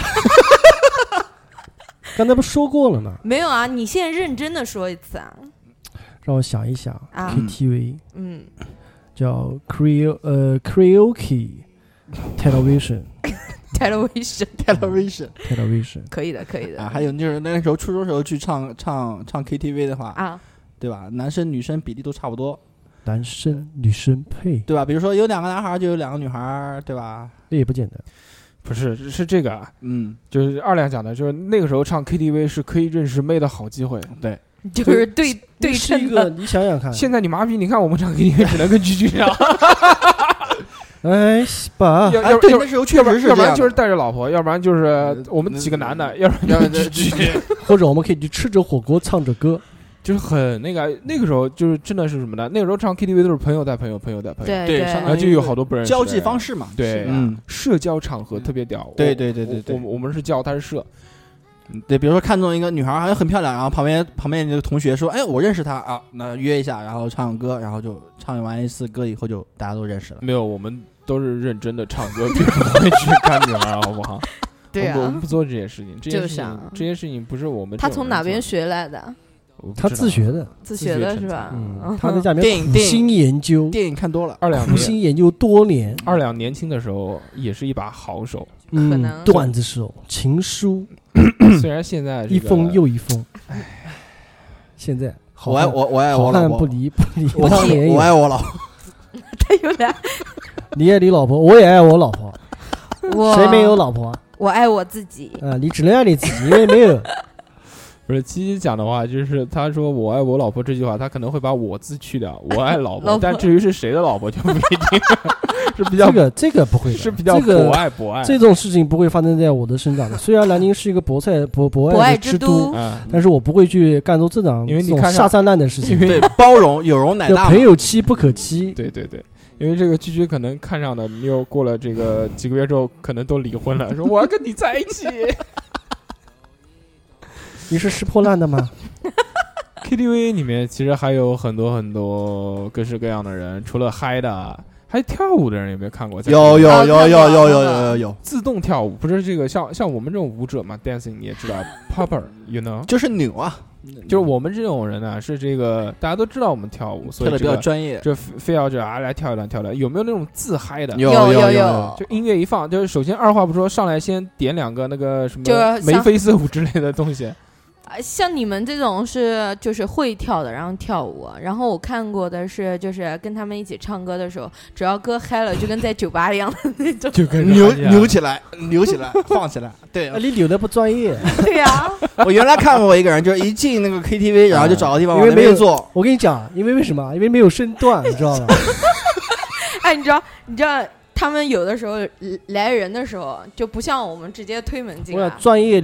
刚才不说过了吗？ 没有啊，你现在认真的说一次啊。 让我想一想啊 ，KTV， 叫 Karaoke Television， 可以的啊。还有就是那时候初中时候去唱 KTV 的话啊，对吧？男生女生比例都差不多， 男生女生配， 对吧？比如说有2个男孩就有2个女孩，对吧？ 那也不简单。 不是这个啊，就是二两讲的，就是那个时候唱 KTV 是可以认识妹的好机会， 对。 就是对称的， 你想想看， 现在你妈逼，你看我们唱 KTV 只能跟居居唱， 哎吧， 对，那时候确实是这样， 要不然就是带着老婆，要不然就是我们几个男的，要不然就是居居， 或者我们可以去吃着火锅唱着歌， 就是很那个时候就是真的是什么呢？那个时候唱 KTV 都是朋友带朋友，朋友带朋友， 对， 然后就有好多不认识交际方式嘛， 对，社交场合特别屌， 对， 我们是交，他是社。 对，比如说看中一个女孩好像很漂亮，然后旁边那个同学说，哎，我认识她啊，那约一下，然后唱歌，然后就唱完一次歌以后就大家都认识了。 没有，我们都是认真的唱歌，并不会去看女孩，好不好？ 对啊， 我们不做这些事情，这些事情不是我们。 他从哪边学来的？ 他自学的是吧？ 他在家里面苦心研究， 电影看多了 ，2两苦心研究多年。 2两年轻的时候也是一把好手， 可能段子手、情书。 虽然现在一封又一封，哎，现在我爱我老婆， 不离我爱我老婆。 他有俩， 你爱你老婆，我也爱我老婆，谁没有老婆？ 我爱我自己。 你只能爱你自己，因为没有。 不是七七讲的话，就是他说我爱我老婆这句话，他可能会把我字去掉，我爱老婆，但至于是谁的老婆就不一定，是比较这个不会的， 是比较博爱这种事情不会发生在我的身上的。虽然南京是一个博爱之都，但是我不会去干出这种下三滥的事情。 对，包容有容乃大， 朋友妻不可欺。 对，因为这个居居可能看上的妞过了这个几个月之后，可能都离婚了，说我要跟你在一起。 你是拾破烂的吗 ？KTV 里面其实还有很多各式各样的人，除了嗨的，还跳舞的人有没有看过？ 有自动跳舞，不是这个像我们这种舞者嘛 ，dancing 你也知道 ，popper，you know， 就是扭啊。 就是我们这种人呢，是这个大家都知道我们跳舞，所以比较专业， 就非要来跳一段。有没有那种自嗨的？ 有， 就音乐一放，就是首先二话不说上来先点2个那个什么眉飞色舞之类的东西。 像你们这种就是会跳的，然后跳舞，然后我看过的是就是跟他们一起唱歌的时候，只要歌嗨了，就跟在酒吧一样的那种， 就跟扭起来，放起来。对， 你扭的不专业。 对呀， 我原来看过一个人，就是一进那个 KTV， 然后就找个地方往那边坐。 我跟你讲，因为什么？因为没有身段，你知道吗？ 哎，你知道。他们有的时候来人的时候就不像我们直接推门进来， 我要专业流，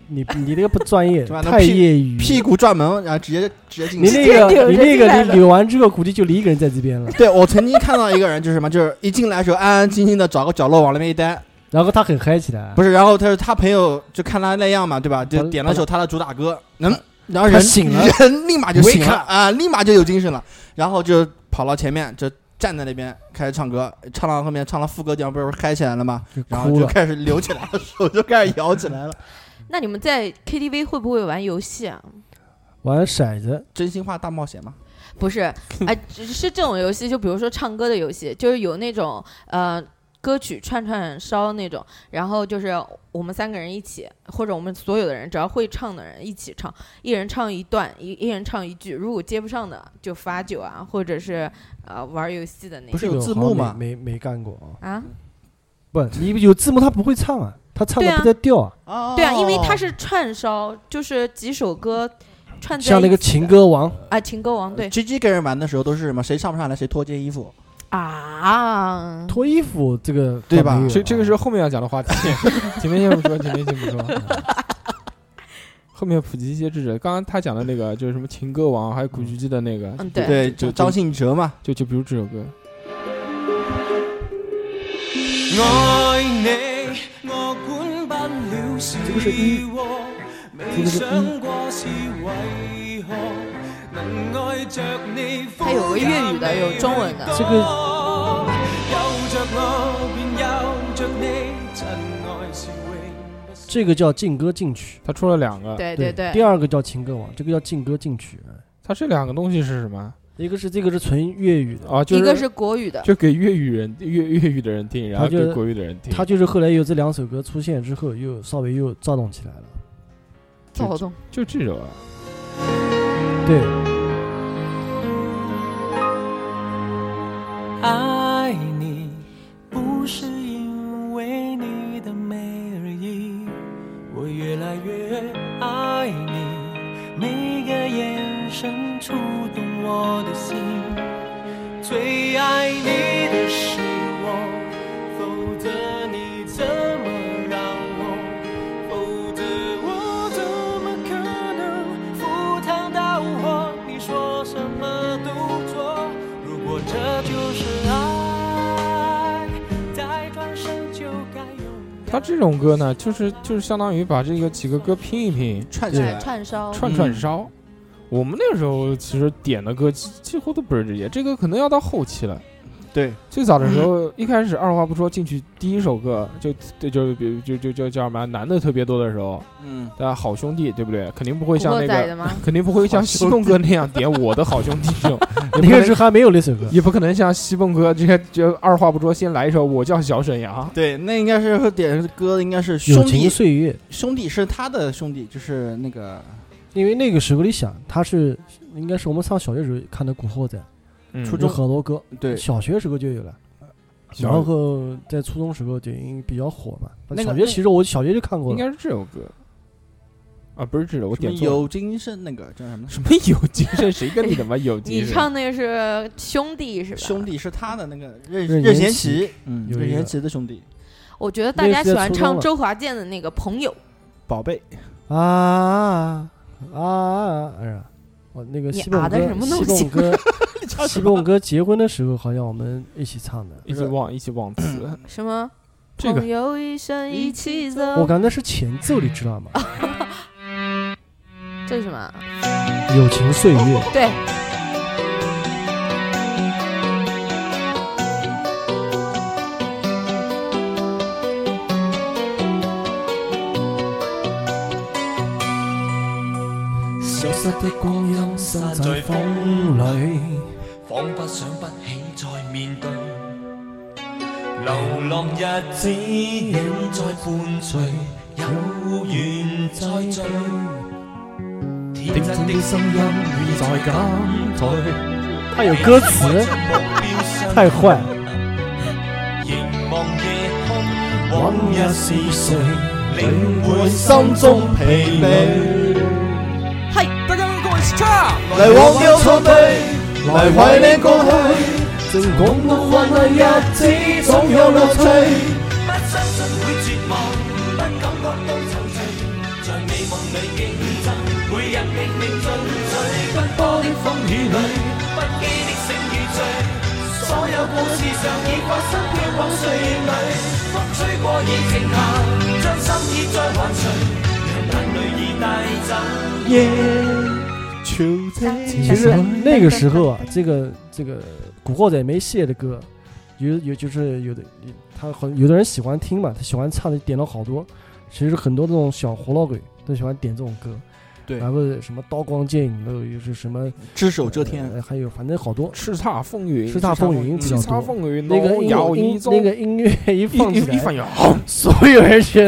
你那个不专业， 对吧太业余。 屁股转门，然后直接进去。 你那个你扭完之后，估计就你一个人在这边了。 对，我曾经看到一个人，就是什么，就是一进来的时候安安静静的找个角落往那边一待， 然后他很嗨起来。 不是，然后他朋友就看他那样嘛，对吧？就点了首他的主打歌，然后人醒了， 人立马就醒了啊，立马就有精神了，然后就跑到前面就。站在那边开始唱歌，唱到后面唱到副歌地方不是嗨起来了吗？然后就开始流起来了，手就开始摇起来了。 那你们在 KTV 会不会玩游戏啊？ 玩骰子， 真心话大冒险吗？ 不是，哎，是这种游戏，就比如说唱歌的游戏，就是有那种歌曲串烧那种，然后就是我们3个人一起，或者我们所有的人只要会唱的人一起唱，一人唱一段，一人唱一句，如果接不上的就罚酒啊，或者是玩游戏的那种。 不是有字幕吗？ 没干过啊。 不，你有字幕他不会唱啊，他唱的不带调啊。对啊，因为他是串烧，就是几首歌串在一起。 像那个情歌王啊，情歌王对。 GG 跟人玩的时候都是什么？谁唱不上来谁脱件衣服。 啊， 脱衣服这个对吧？ 这个是后面要讲的话题，前面先不说，前面先不说。后面普及一些知识。刚刚他讲的那个就是什么情歌王，还有古巨基的那个， 对，就张信哲嘛， 就比如这首歌。 爱你，我管不了是祸，未想过是为何能爱着你。 它有个粤语的，有中文的。 这个有着我便有着你，真爱是永不。 这个叫劲歌劲曲， 它出了2个。 对。 第二个叫情歌王，这个叫劲歌劲曲。 它这2个东西是什么？ 这个是纯粤语的啊， 一个是国语的， 就给粤语的人听，然后给国语的人听。 他就是后来有这2首歌出现之后，又稍微又躁动起来了。 躁动， 就这首啊。 对。 爱你不是因为你的美而已，我越来越爱你，每个眼神触动我的心，最爱你的是我，否则你怎么让我，否则我怎么可能赴汤蹈火，你说什么都做，如果这就是爱，再转身就该拥有。 他这种歌呢，就是相当于把这个几个歌拼一拼， 串起来， 串烧。 我们那个时候其实点的歌几乎都不是这些，这个可能要到后期了。 对， 最早的时候，一开始二话不说进去第一首歌就叫什么男的特别多的时候，好兄弟对不对？肯定不会像那个，肯定不会像西蹦哥那样点我的好兄弟这种， 那个时候还没有那首歌， 也不可能像西蹦哥这些就二话不说先来一首我叫小沈阳。 对，那应该是点歌应该是友情岁月， 兄弟是他的兄弟，就是那个。 因为那个时候你想，他是应该是我们上小学时候看的《古惑仔》， 初中好多歌， 对， 小学时候就有了，然后在初中时候就因为比较火嘛。小学其实我小学就看过了， 应该是这首歌啊，不是这首，我点错了。 有精神那个叫什么？ 什么有精神？谁跟你他妈有精神？ 你唱那个是兄弟是吧？ 兄弟是他的那个任贤齐，任贤齐的兄弟。 我觉得大家喜欢唱周华健的那个《朋友》。 宝贝哎呀，我那个西蹦哥结婚的时候，好像我们一起唱的， 一起忘词。 什么？ 这个朋友一生一起走。 我刚才是前奏，你知道吗？ 这是什么？ 友情岁月。 对。 消失的光阴散在风里， 仿佛想不起再面对。流浪日子仍在伴隨，有緣再聚。天真的聲音已在減退。 他有歌詞，太壞。 凝望夜空，往日是誰領會心中疲憊？ 嗨，大家跟我一起唱。 來忘掉錯對，來懷念過去。 正共度患難日子，總有樂趣。 不相信會絕望，不感覺到惆悵，在你多的風雨裏，不羈的醒與醉，所有故事常已發生飄泊歲月裏，風吹過已靜下，將心意再還誰，讓眼淚已帶走夜。 其實那個時候啊，這個古惑仔沒寫的歌，就是有的有的人喜歡聽嘛，他喜歡唱的點了好多。其實很多這種小活老鬼都喜歡點這種歌， 對， 然後什麼刀光劍影，又是什麼只手遮天， 還有反正好多叱咤風雲， 叱咤風雲比較多。那個音樂一放起來，所有人全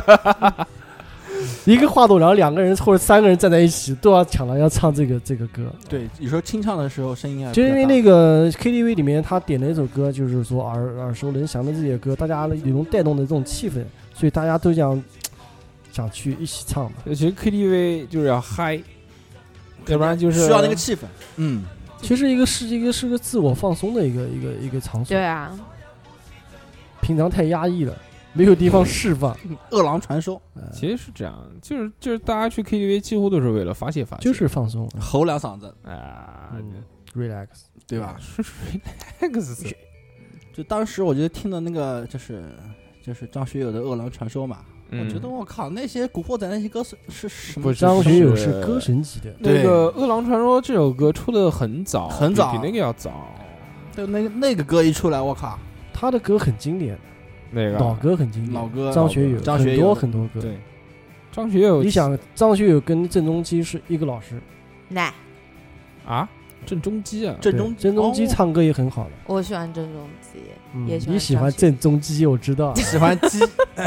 一個話筒，然後2個人或者3個人站在一起，都要搶着要唱這個歌。 對，有時候清唱的時候聲音就因為那個 KTV 裡面他點了一首歌，就是說耳熟能詳的這些歌，大家有種帶動的這種氣氛，所以大家都想去一起唱嘛。 其實 KTV 就是要嗨，要不然就是需要那個氣氛。 其實是個自我放鬆的一個場所。 對啊， 平常太壓抑了。沒有地方釋放， 餓狼傳說， 其實是這樣，就是大家去 KTV 幾乎都是為了發洩， 就是放鬆， 吼兩嗓子 ，relax， 對吧 ？relax， 就當時我覺得聽的那個就是張學友的《餓狼傳說》嘛，我覺得我靠，那些古惑仔那些歌是什麼？ 張學友是歌神級的。 那個《餓狼傳說》這首歌出的很早， 很早， 比那個要早。 對，那個歌一出來，我靠， 他的歌很經典。 那個老歌很經典， 老歌張學友很多歌。 對，張學友， 你想張學友跟鄭中基是一個老師， 奶啊，鄭中基啊， 鄭中基唱歌也很好的。 我喜歡鄭中基，也喜歡。 你喜歡鄭中基，我知道， 喜歡雞。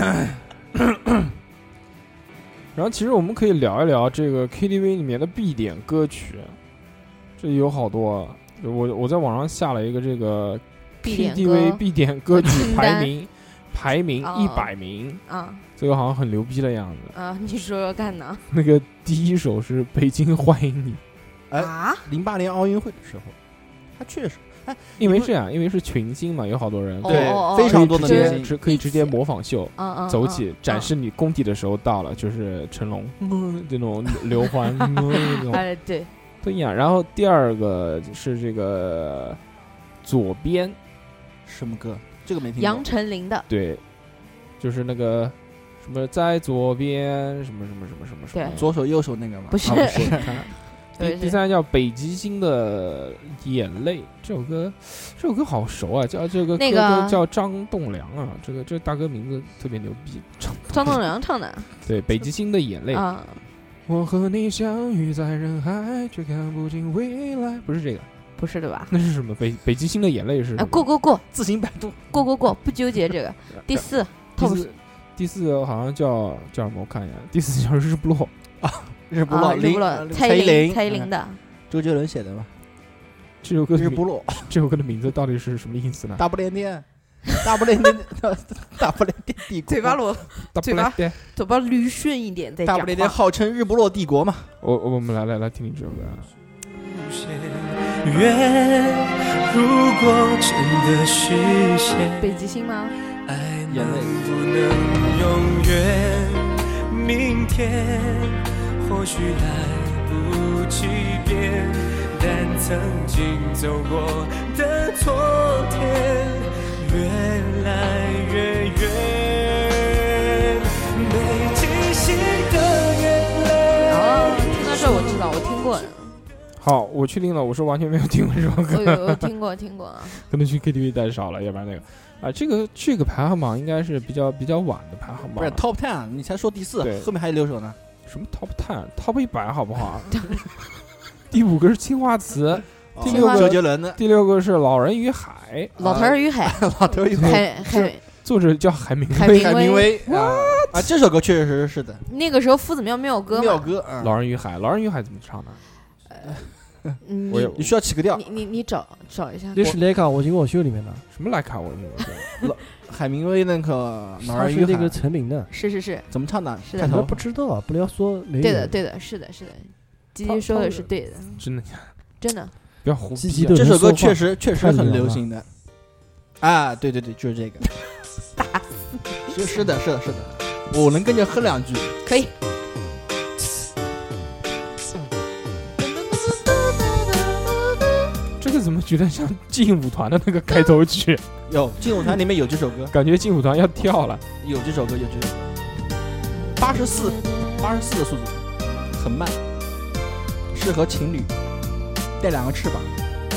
然後其實我們可以聊一聊這個 KTV 裡面的必點歌曲，這有好多。我在網上下了一個這個 KTV 必點歌曲排名100名啊， 這個好像很牛逼的樣子啊！你說說看呢？ 那個第一首是《北京歡迎你》 啊，08年奧運會的時候，他確實， 因為這樣，因為是群星嘛，有好多人， 對，非常多的明星可以直接模仿秀，走起展示你功底的時候到了，就是成龍這種劉歡那種， 對， 都一樣。然後第二個是這個左邊， 什麼歌？這個沒聽過。 楊丞琳的， 對，就是那個什麼在左邊什麼， 對， 左手右手那個嗎？ 不是。 第三叫北極星的眼淚，這首歌好熟啊，叫這個歌叫張棟梁啊，這大哥名字特別牛逼， 張棟梁唱的。 對，北極星的眼淚啊， 我和你相遇在人海，卻看不見未來，不是這個。 不是的吧？ 那是什麼？北極星的眼淚是？ 過， 自行百度。 過，不糾結這個。 第四個好像叫什麼？我看一下，第四叫日不落啊，日不落， 蔡依林的， 周杰倫寫的吧？ 這首歌日不落， 這首歌的名字到底是什麼意思呢？ 大不列顛帝國， 嘴巴捋順一點再講。 大不列顛號稱日不落帝國嘛。 我們來聽聽這首歌啊。 如果真的實現， 北極星嗎？ 愛能不能永遠？明天或許來不及變，但曾經走過的昨天越來越遠。北極星的眼淚。 哦，聽到這我知道，我聽過。 好，我去聽了，我是完全沒有聽過這首歌。 我聽過啊。 可能去 KTV 太少了，要不然那個啊，這個排行榜應該是比較晚的排行榜。 不是 Top 10，你才說第4，後面還有6首呢。 什麼 Top 100好不好？第5個是青花瓷，第6個周杰倫的， 第6個是老人與海， 老頭兒與海， 作者叫海明威啊，這首歌確實是的。 那個時候夫子廟歌， 老人與海怎麼唱的？ 你需要起個調， 你找一下。 那是萊卡我行我秀裡面的。 什麼萊卡我行我秀？ 海明威那個老人與海， 他是那個成名的。 是。 怎麼唱的？ 是的。 我不知道啊，不要說沒有。 對的，是的。雞雞說的是對的。真的。 不要胡逼。 這首歌確實很流行的。啊，對，就是這個。 打死。 是的。我能跟着哼2句。 可以。 怎么觉得像劲舞团的那个开头曲？ 有劲舞团里面有这首歌， 感觉劲舞团要跳了。 有这首歌，有这首歌。84的速度，很慢，适合情侣带2个翅膀。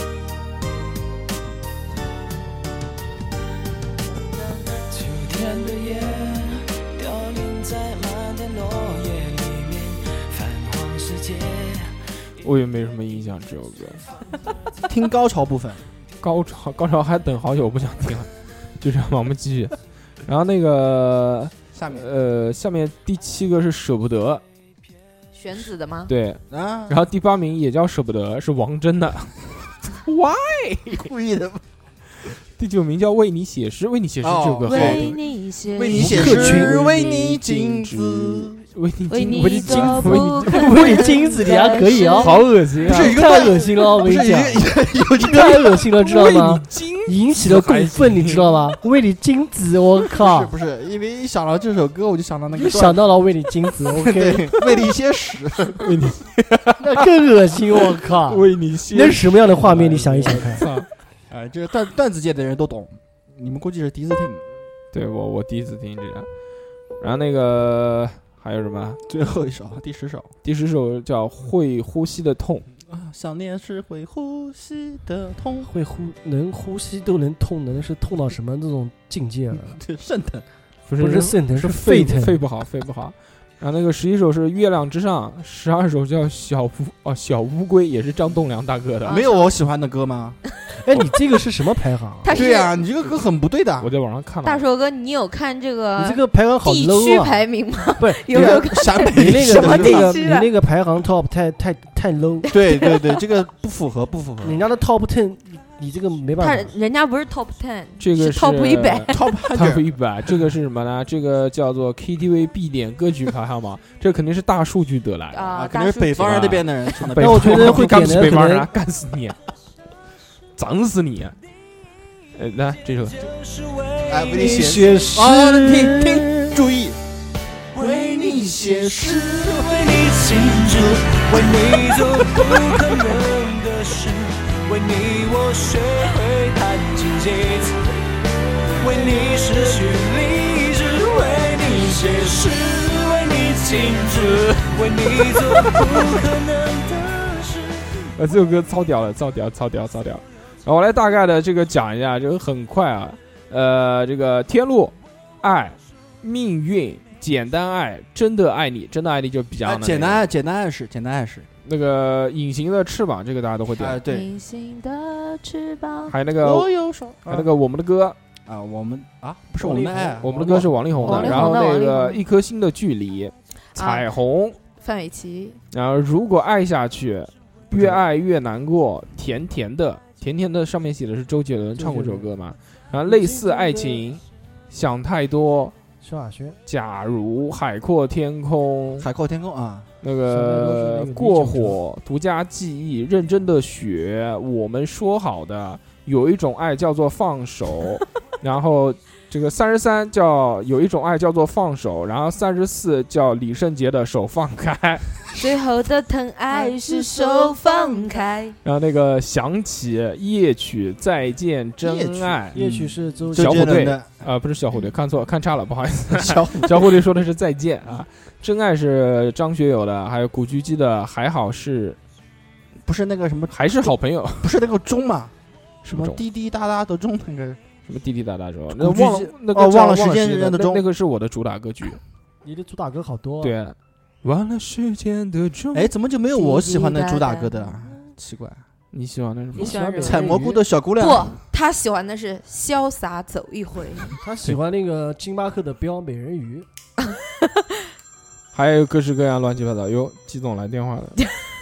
秋天的夜，凋零在漫天落叶里面，泛黄世界。 我也没什么印象这首歌。 听高潮部分， 高潮还等好久，我不想听了，就这样吧，我们继续。然后那个下面第7个是舍不得， 玄子的吗？ 对啊。 然后第8名也叫舍不得，是王铮的。Why？ 故意的。 第9名叫为你写诗，为你写诗这首歌好听。 为你写诗，为你金子。 为你金子，你还可以啊， 好恶心啊！ 太恶心了，我跟你讲，太恶心了，知道吗？引起了公愤，你知道吗？为你金子，我靠！ 不是，因为一想到这首歌，我就想到那个， 想到了为你金子， 对，为你写诗， 为你， 那更恶心，我靠！ 为你写， 那是什么样的画面？你想一想看。 哎，这个段子界的人都懂，你们估计是第一次听。 对我第一次听这个，然后那个。还有什么？ 最后一首，第10首。 第10首叫《会呼吸的痛》 啊，想念是会呼吸的痛， 能呼吸都能痛，能是痛到什么那种境界了？ 对，肾疼， 不是肾疼， 是肺疼， 肺不好。然后那个11首是《月亮之上》，12首叫小乌龟，也是张栋梁大哥的。 没有我喜欢的歌吗？ 哎，你这个是什么排行？ 对呀，你这个歌很不对的。 我在网上看了。 大寿哥，你有看这个？ 你这个排行好 low 啊！ 地区排名吗？ 不是， 有没有看？ 陕北你那个排行 top 太 low。 对，这个不符合。 人家的 top 10，你这个没办法。 人家不是 top 10， 这个是 top 100。 top 100，这个是什么呢？这个叫做 KTV 必点歌曲排行榜，这肯定是大数据得来的啊， 肯定是北方人那边的人。 那我觉得会点的北方人干死你，整死你！来这首， 哎，为你写诗，听，注意，为你写诗， 为你庆祝，为你做不可能的事，为你我学会弹琴写词，为你失去理智，为你写诗，为你庆祝，为你做不可能的事。 这首歌超屌了，超屌。然后我来大概的这个讲一下，这个很快啊，这个天路、爱、命运、简单爱、真的爱你就比较简单爱是那个隐形的翅膀，这个大家都会点。 对， 隐形的翅膀。 还有那个我们的歌啊，我们啊不是我们的爱， 我们的歌是王力宏的。然后那个一颗心的距离，彩虹， 范玮琪。 然后如果爱下去，越爱越难过，甜甜的。甜甜的上面写的是周杰伦唱过这首歌嘛？然后类似爱情，想太多， 萧亚轩， 假如海阔天空啊， 那个过火，独家记忆，认真的雪，我们说好的，有一种爱叫做放手，然后这个33叫有一种爱叫做放手，然后34叫李圣杰的手放开。 最后的疼爱是手放开。 然后那个想起夜曲再见真爱， 夜曲是小虎队不是小虎队，看差了，不好意思。小虎队说的是再见啊，真爱是张学友的，还有古巨基的还好是， 不是那个什么还是好朋友， 不是那个钟嘛？ 什么滴滴答答的钟那个。 什么滴滴答答说？ 忘了时间的钟， 那个是我的主打歌曲。 你的主打歌好多。 对，忘了时间的钟。 哎，怎么就没有我喜欢的主打歌的？奇怪， 你喜欢的是什么？ 你喜欢采蘑菇的小姑娘。 不，他喜欢的是潇洒走一回。 他喜欢那个星巴克的标美人鱼。 还有各式各样乱七八糟。哟，季总来电话了。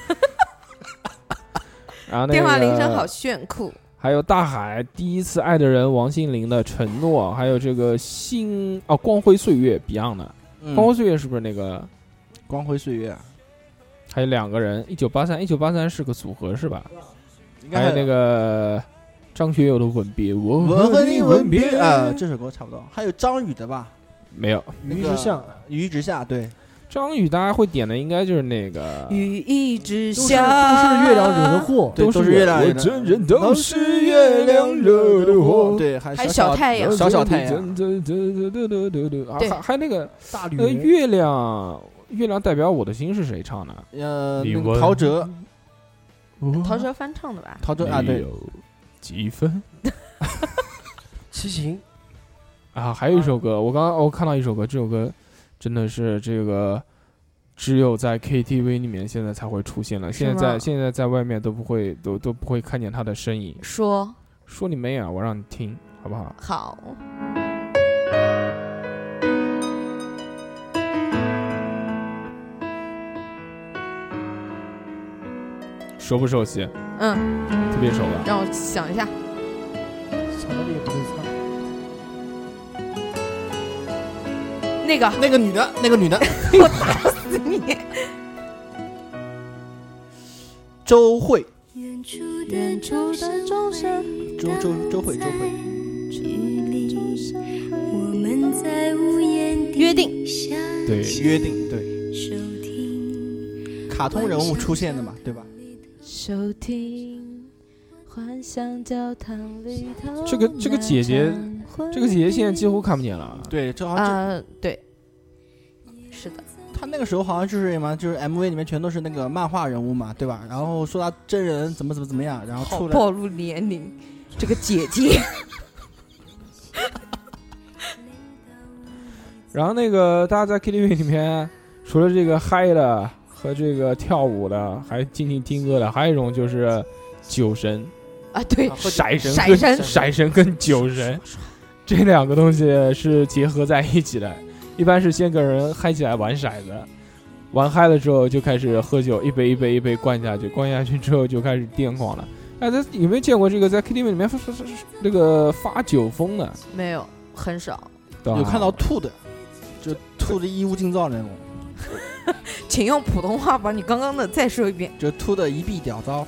然后电话铃声好炫酷。 还有大海第一次爱的人王心凌的承诺，还有这个光辉岁月 Beyond 的，光辉岁月是不是那个光辉岁月？ 还有2个人，1983是个组合是吧？还有那个张学友的吻别，我和你吻别啊，这首歌差不多。还有张宇的吧？ 没有， 鱼之下， 鱼之下，对， 张宇大家会点的应该就是那个雨一直都是下， 月亮惹的祸， 对，都是月亮惹的， 真人都是月亮惹的祸。 对， 还小太阳， 小太阳， 对， 还那个大吕月亮代表我的心是谁唱的？ 那个陶喆， 陶喆翻唱的吧？ 陶喆啊，对， 几分？ 齐秦啊，还有一首歌，我看到一首歌，这首歌真的是这个只有在 KTV 里面现在才会出现了，现在在外面都不会看见他的身影。 说你妹啊！我让你听好不好？ 好。 熟不熟悉？特别熟了。 让我想一下。 想到你也不会唱。 那个女的， 我打死你！ 周慧， 远处的钟声， 周慧， 距离我们在屋檐底约定， 对， 约定，对，卡通人物出现的嘛，对吧？ 收听幻想教堂里头。 这个姐姐现在几乎看不见了。 对，这好像对，是的。 他那个时候好像就是什么，就是 MV 里面全都是那个漫画人物嘛，对吧？然后说他真人怎么样，然后出来暴露年龄，这个姐姐。 然后那个大家在 KTV 里面，除了这个嗨的和这个跳舞的，还静静听歌的，还有一种就是酒神啊，对， 骰神跟酒神这两个东西是结合在一起的。一般是先跟人嗨起来玩骰子，玩嗨了之后就开始喝酒，一杯一杯灌下去，灌下去之后就开始癫狂了。哎，他有没有见过这个在 KTV 里面那个发酒疯的？ 没有，很少。 有看到吐的，就吐的衣无尽造那种。 请用普通话把你刚刚的再说一遍。 就吐的一臂屌糟。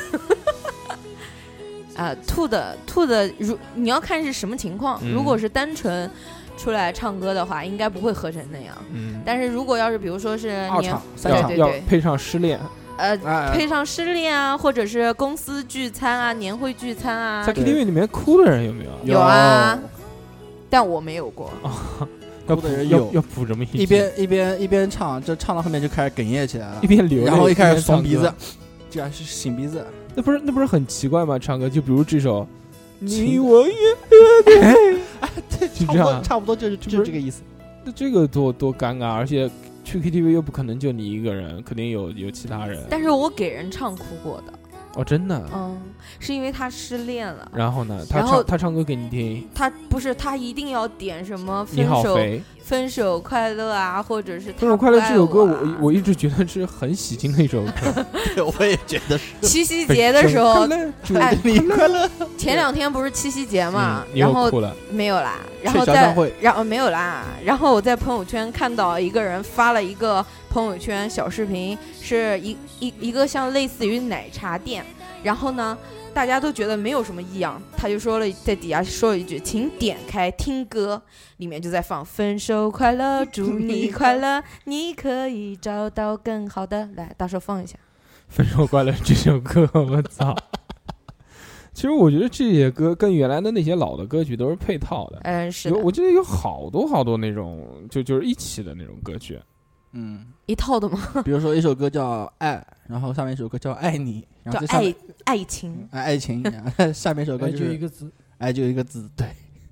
吐的，你要看是什么情况。如果是单纯出来唱歌的话，应该不会喝成那样。但是如果要是比如说是要配上失恋， 配上失恋啊，或者是公司聚餐啊、年会聚餐啊， 在 KTV 里面哭的人有没有？ 有啊，但我没有过。 哭的人有， 要补这么一边唱，就唱到后面就开始哽咽起来了， 一边流泪， 然后一开始耸鼻子，这样是擤鼻子。 那不是很奇怪吗？唱歌就比如这首。你我也对， 就这样， 差不多就是这个意思。 那这个多尴尬，而且去 KTV 又不可能就你一个人，肯定有其他人。 但是我给人唱哭过的。 哦，真的？ 是因为他失恋了。 然后呢？他唱歌给你听？ 他不是，他一定要点什么分手快乐啊，或者是分手快乐这首歌，我一直觉得是很喜庆的一首歌。 对，我也觉得是。 七夕节的时候， 祝你快乐。 前2天不是七夕节嘛， 然后没有啦，然后没有啦，然后我在朋友圈看到一个人发了一个朋友圈小视频，是一个像类似于奶茶店，然后呢，大家都觉得没有什么异样，他就说了，在底下说了一句，请点开听歌，里面就在放分手快乐，祝你快乐，你可以找到更好的。来，大手放一下分手快乐这首歌，我操。其实我觉得这些歌跟原来的那些老的歌曲都是配套的。 是的。 我记得有好多那种就是一起的那种歌曲。 一套的吗？ 比如说一首歌叫爱，然后下面一首歌叫爱你，然后叫爱情， 爱情，下面一首歌就一个字， 爱就一个字，对。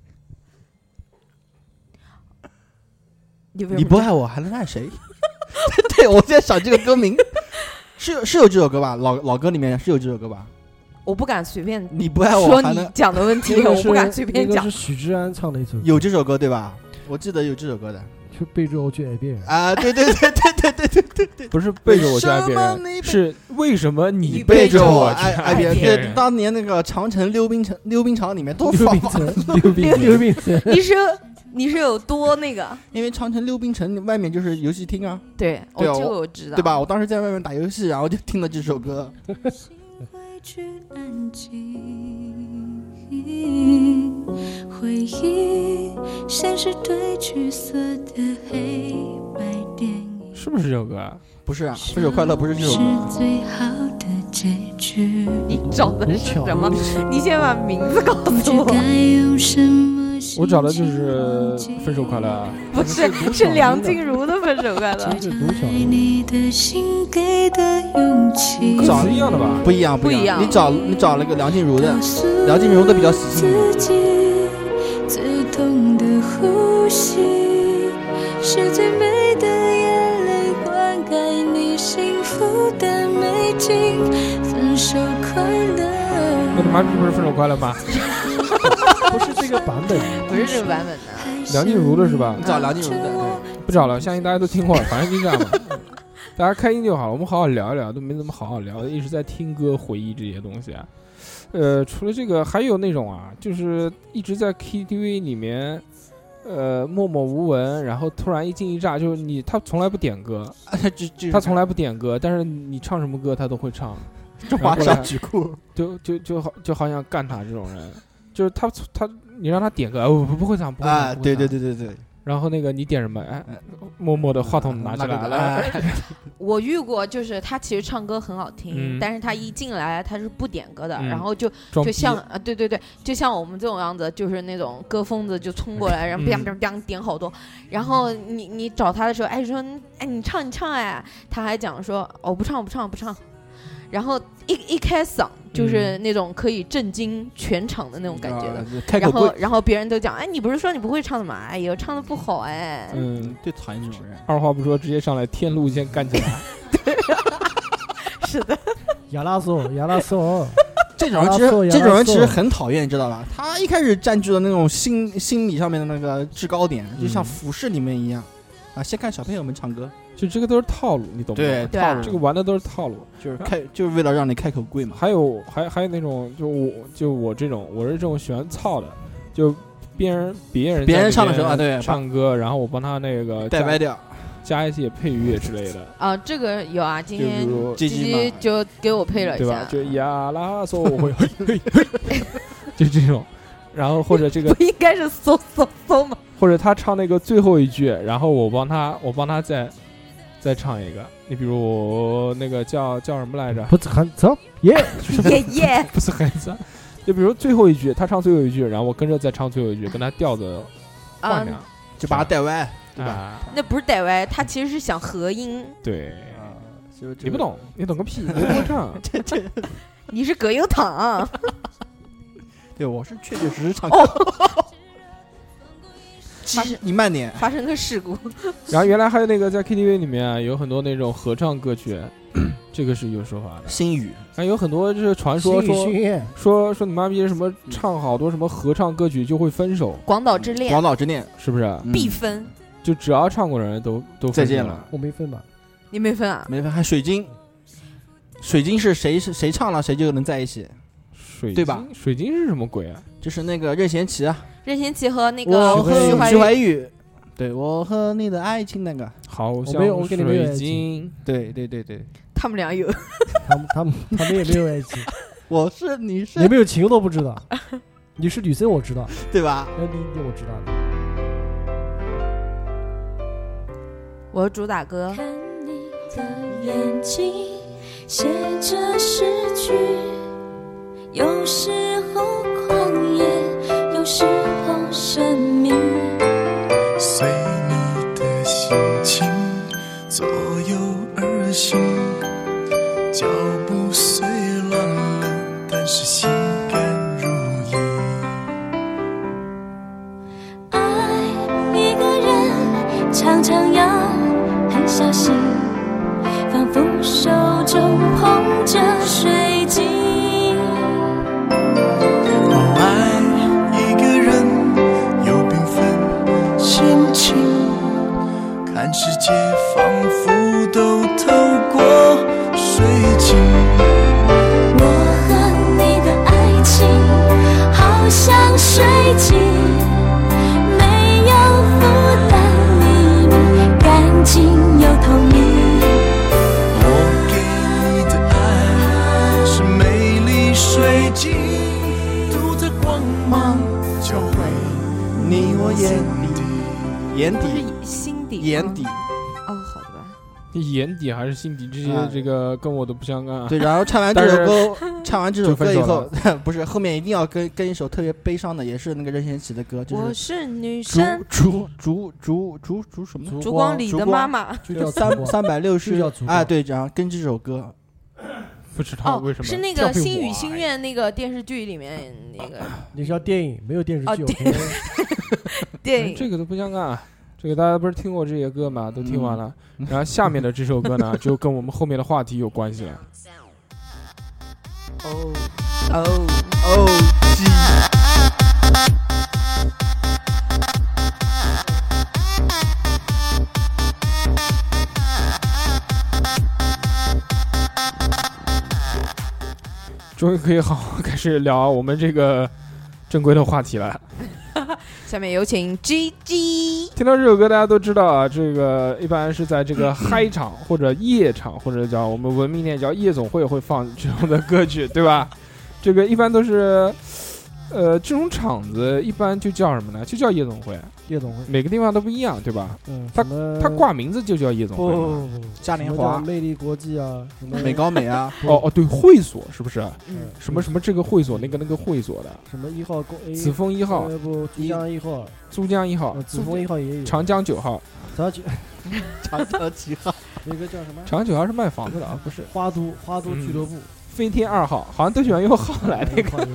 你不爱我还能爱谁？对，我在想这个歌名是有这首歌吧？老歌里面是有这首歌吧？ 我不敢随便。 你不爱我说你讲的问题，我不敢随便讲。 是许志安唱的一首歌， 有这首歌对吧？我记得有这首歌的。 就背着我去爱别人啊！对， 不是背着我去爱别人，是为什么你背着我去爱别人？ 对，当年那个长城溜冰场里面都放溜冰城， 你是有多那个？ 因为长城溜冰城外面就是游戏厅啊。 对，这个我知道， 对吧？我当时在外面打游戏，然后就听了这首歌。 回忆像是对橘色的黑白电影。 是不是这首歌啊？ 不是啊，分手快乐不是这首是歌。 最好的结局。 你找的是什么？你先把名字告诉我。 该用什么？ 我找的就是分手快乐啊。 不是，是梁静茹的分手快乐。 这是卢小爱你的心给的勇气。 歌词一样的吧？ 不一样， 不一样你找那个梁静茹的，梁静茹的比较喜庆。 自己最痛的呼吸，是最美的眼泪，灌溉你幸福的美景。分手快乐。 那他妈不是分手快乐吗？ 不是这个版本， 不是这个版本的。 梁静茹的是吧？ 你找梁静茹的，对， 不找了，相信大家都听过了，反正就这样吧。大家开心就好了，我们好好聊一聊，都没怎么好好聊，一直在听歌回忆这些东西啊。除了这个，还有那种啊，就是一直在 KTV 里面，默默无闻，然后突然一惊一乍，就是他从来不点歌，他从来不点歌，但是你唱什么歌他都会唱， 中华小曲库， 就好想干他这种人，就是他你让他点歌，我不会唱，不会唱啊，对。 然后那个你点什么？哎，默默的话筒拿起来了。 我遇过，就是他其实唱歌很好听，但是他一进来他是不点歌的，然后就像啊，对，就像我们这种样子，就是那种歌疯子就冲过来，然后biang点好多，然后你找他的时候，哎说哎你唱哎，他还讲说我不唱，然后一开嗓就是那种可以震惊全场的那种感觉的，然后别人都讲，哎，你不是说你不会唱的吗？哎呦，唱的不好哎。 最讨厌这种人， 二话不说直接上来天路线干起来。 是的， 亚拉索， 这种人其实很讨厌，知道吧？他一开始占据了那种心理上面的那个制高点，就像俯视里面一样啊。先看小朋友们唱歌。 就这个都是套路，你懂吗？ 对，套路， 这个玩的都是套路， 就是为了让你开口贵嘛。 还有那种，就我这种，我是这种喜欢操的，就别人唱的时候啊，对， 唱歌，然后我帮他那个带歪掉， 加一些配乐之类的。 啊，这个有啊，今天鸡鸡就给我配了一下， 对吧？就呀啦嗦会，就这种，然后或者这个不应该是嗖吗？ 或者他唱那个最后一句，然后我帮他再唱一个，你比如我那个叫什么来着？ 不是很走耶， 不是很走。就比如最后一句，他唱最后一句，然后我跟着再唱最后一句，跟他调子换掉， 就把他带歪，对吧？ 那不是带歪，他其实是想合音。 对，你不懂，你懂个屁！你会唱， 你是葛优躺。 对，我是确实唱歌。你慢点， 发生个事故。 然后原来还有那个在 KTV 里面啊，有很多那种合唱歌曲，这个是有说法的。 心语， 还有很多就是传说说你妈逼什么唱好多什么合唱歌曲就会分手。 广岛之恋是不是必分？ 就只要唱过的人都再见了。 我没分吧？ 你没分啊？ 没分。还水晶是谁唱了谁就能在一起，对吧？ 水晶是什么鬼啊？ 就是那个任贤齐啊。 任贤齐和那个徐怀钰，对，我和你的爱情那个， 好像水晶， 对， 他们俩有， 他们也没有爱情， 我是女生， 有没有情都不知道，你是女生我知道， 对吧？ 你我知道的。 我主打歌。 看你的眼睛写着诗句，有时候狂野，有时候神秘， 随你的心情左右而行，脚步虽乱了，但是心甘如饴。 爱一个人常常要很小心，仿佛手中捧着水晶。 看世界仿佛都透过水晶， 我和你的爱情好像水晶，没有负担，明明干净又透明。 我给你的爱是美丽水晶，独特光芒交汇你我眼底。 心底眼底哦，好的吧。 眼底还是心底，这些啊这个跟我都不相干啊。 对，然后唱完这首歌，唱完这首歌以后，不是后面一定要跟一首特别悲伤的，也是那个任贤齐的歌，就我是是女生， 烛什么？ 烛光里的妈妈。 就叫 360啊，对，然后跟这首歌， 不知道为什么是那个《星语心愿》那个电视剧里面那个。 你叫电影，没有电视剧。 电影这个都不相干啊。这个大家不是听过这些歌吗？都听完了。然后下面的这首歌呢，就跟我们后面的话题有关系了。终于可以好好开始聊我们这个正规的话题了。 下面有请 GG。 听到这首歌，大家都知道啊，这个一般是在这个嗨场或者夜场，或者叫我们文明点叫夜总会会放这种的歌曲，对吧？这个一般都是，这种场子一般就叫什么呢？就叫夜总会。 夜总会每个地方都不一样，对吧？它挂名字就叫夜总会。 嘉年华、 魅力国际啊，什么美高美啊。 哦，对，会所是不是？什么这个会所，那个会所的。 什么1号紫峰1号， 不，珠江1号， 珠江1号， 紫峰1号也有， 长江9号， 长江几号？ 那个叫什么？ 长江9号是卖房子的啊，不是。 花都俱乐部， 飞天2号，好像都喜欢用号来那个。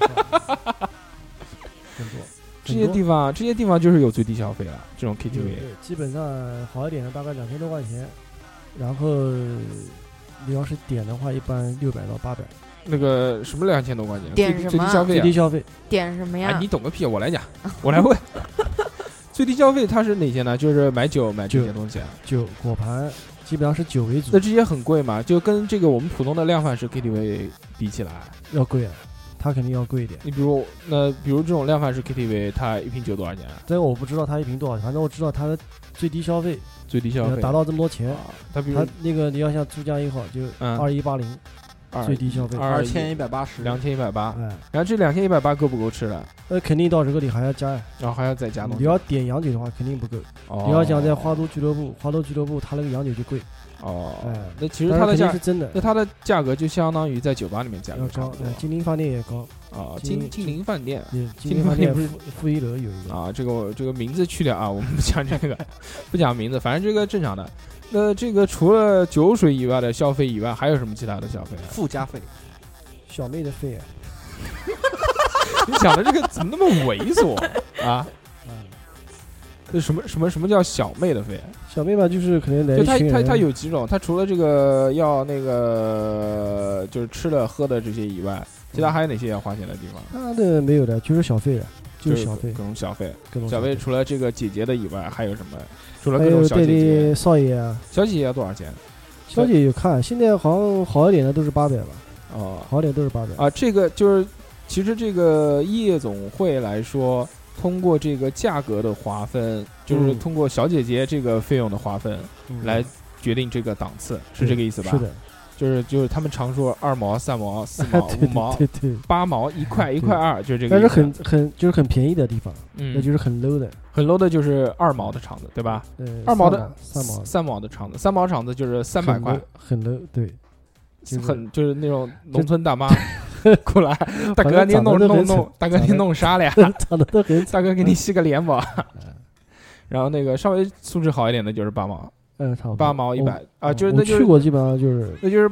这些地方就是有最低消费了，这种 KTV 基本上好一点的大概2000多块钱，然后你要是点的话，一般600到800。 那个什么2000多块钱？ 点什么？ 最低消费、 最低消费。 点什么呀？ 哎，你懂个屁！我来讲，我来问。最低消费它是哪些呢？就是买酒买这些东西。 酒果盘基本上是酒为主。 那这些很贵吗？就跟这个我们普通的量贩式 KTV 比起来， 要贵啊。它肯定要贵一点。 你比如这种量贩式 KTV， 它一瓶酒多少钱啊？ 这个我不知道它一瓶多少钱，反正我知道它的最低消费达到这么多钱。它那个你要像珠江1号就2180，最低消费 2180，2180。 然后这2180够不够吃的？ 肯定到这个里还要加呀， 然后还要再加东西。 你要点洋酒的话肯定不够。你要讲在花都俱乐部它那个洋酒就贵。 那其实它的价是真的， 那它的价格就相当于在酒吧里面价格高，金陵饭店也高啊。金陵饭店， 金陵饭店不是负一楼有一个啊。这个名字去掉啊，我们不讲这个，不讲名字，反正这个正常的。那这个除了酒水以外的消费以外，还有什么其他的消费啊？ 附加费， 小妹的费啊。 你讲的这个怎么那么猥琐啊？这什么叫小妹的费？ 小妹嘛，就是可能来一群人。 它有几种？它除了这个要那个就是吃的喝的这些以外，其他还有哪些要花钱的地方？ 那的没有的，就是小费了，就是小费， 各种小费。 小费除了这个姐姐的以外，还有什么？除了各种小姐姐、 少爷啊， 小姐姐要多少钱？ 小姐有看，现在好像好一点的都是800吧。 哦， 好一点都是800 啊。这个就是其实这个夜总会来说。通过这个价格的划分，就是通过小姐姐这个费用的划分来决定这个档次，是这个意思吧？ 是的， 就是他们常说2毛、3毛、4毛、5毛、8毛、1块、1块2，就是这个。 但是很便宜的地方，那就是很 low 的， 很 low 的就是2毛的场子，对吧？2毛的3毛的场子，3毛场子就是300块， 很 low，对， 就是那种农村大妈。过来，大哥你弄，大哥你弄啥了呀？ 长得都很， 大哥给你洗个脸吧。然后那个稍微素质好一点的就是8毛， 差不多 8毛100啊，就是我去过，基本上就是那就是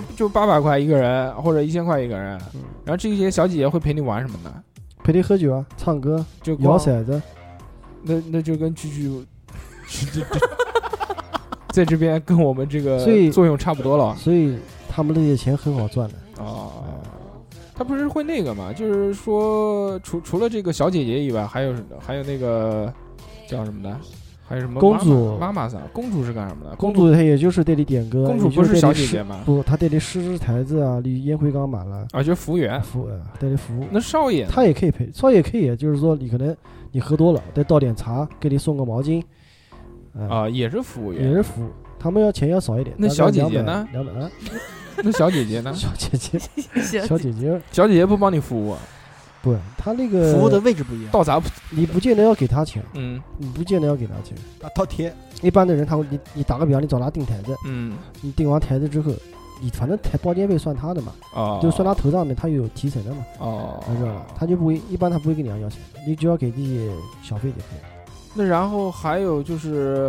800块一个人或者1000块一个人。然后这些小姐姐会陪你玩什么呢？ 陪你喝酒啊，唱歌， 就摇骰子。 那就跟居在这边跟我们这个作用差不多了。 所以他们那些钱很好赚的哦。他不是会那个嘛？就是说，除了这个小姐姐以外，还有那个叫什么的？还有什么公主？ 妈妈桑，公主是干什么的？ 公主她也就是带你点歌。 公主不是小姐姐吗？ 不，她带你试台子啊，你烟灰缸满了啊，就是服务员， 带你服务。 那少爷他也可以陪，少爷可以，就是说你可能你喝多了，再倒点茶，给你送个毛巾。 啊，也是服务员， 也是服务。他们要钱要少一点。 那小姐姐呢 ？200。 那小姐姐呢？ 小姐姐不帮你服务， 不，她那个服务的位置不一样， 倒杂你不见得要给她钱， 你不见得要给她钱， 倒贴一般的人他会你打个比方，你找他订台子， 嗯， 你订完台子之后，你反正台包间费算他的嘛，就算他头上面他有提成的嘛，你知道吧？他就不会，一般他不会跟你要钱，你只要给这些小费就可以了。 那然后还有就是，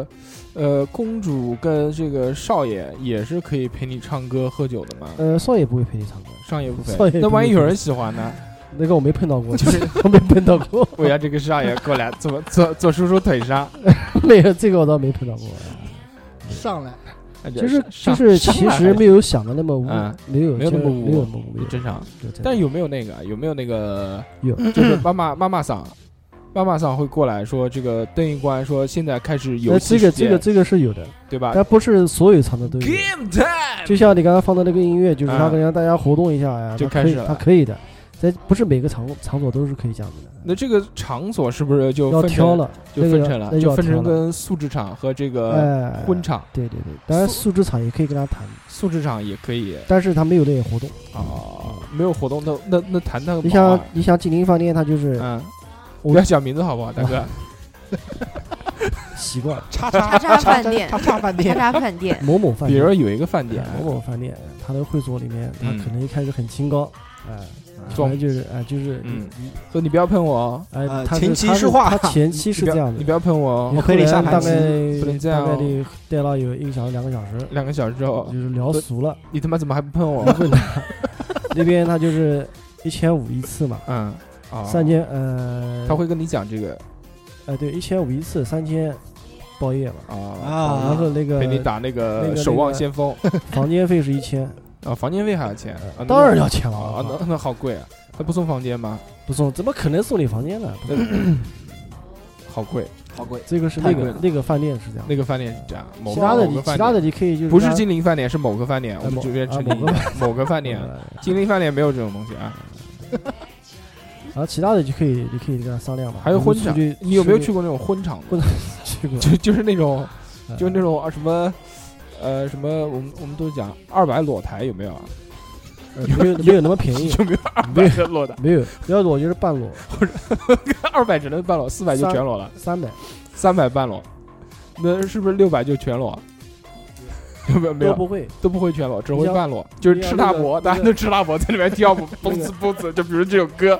公主跟这个少爷也是可以陪你唱歌喝酒的吗？ 少爷不会陪你唱歌， 少爷不陪。 少爷那万一有人喜欢呢？ 那个我没碰到过，就是我没碰到过。 我要这个少爷过来坐叔叔腿上， 没有这个我倒没碰到过。 上来， 就是其实没有想的那么污，没有那么污， 没有那么污， 正常。但有没有那个有， 就是妈妈桑会过来说这个灯一关，说现在开始游戏时间。 这个是有的， 对吧？ 但不是所有场的都有。就像你刚刚放的那个音乐，就是他让大家活动一下呀， 就开始了， 他可以的。不是每个场所都是可以这样子的。 那这个场所是不是就要挑了？ 就分成了，就分成跟素质场和这个婚场。 对，当然素质场也可以跟他谈， 素质场也可以， 但是他没有那些活动没有活动，那谈的。 你想锦麟饭店，他就是不要讲名字好不好，大哥？ 习惯了。 叉饭店， 叉饭店， 某饭店。 比如有一个饭店， 某饭店，他的会所里面，他可能一开始很清高，装就是说你不要喷我， 前期是话， 他前期是这样的， 你不要喷我， 我和你下盘棋，不能这样，大概待了有1小时2个小时 ，2个小时之后就是聊熟了， 你他妈怎么还不喷我？ 那边他就是1500一次嘛，3000 他会跟你讲这个， 对，1500一次3000包夜嘛，然后那个陪你打那个守望先锋， 房间费是1000。 房间费还要钱？ 当然要钱了那好贵啊！他不送房间吗？ 不送，怎么可能送你房间呢？ 好贵。 这个是那个饭店是这样， 那个饭店是这样。 其他的你可以就是不是金陵饭店，是某个饭店。我们这边称某个饭店，金陵饭店没有这种东西啊。 然后其他的你可以跟他商量嘛。 还有婚场，你有没有去过那种婚场？ 去过， 就是那种什么。什么？我们都讲200裸台有没有啊？ 没有那么便宜， 就没有200的裸台， 没有，要裸就是半裸， 或者200只能半裸，400就全裸了，300半裸，那是不是600就全裸？没有都不会全裸，只会半裸，就是吃大伯，大家都吃大伯在里面跳舞，蹦子蹦子，就比如这首歌。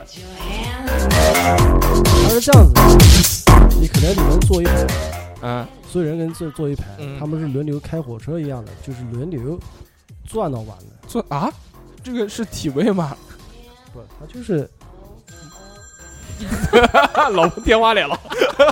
他是这样子，你可能你能做一排，所有人跟坐一排，他们是轮流开火车一样的，就是轮流转到完的。 这个是体位吗？ 不，他就是老婆天花脸了。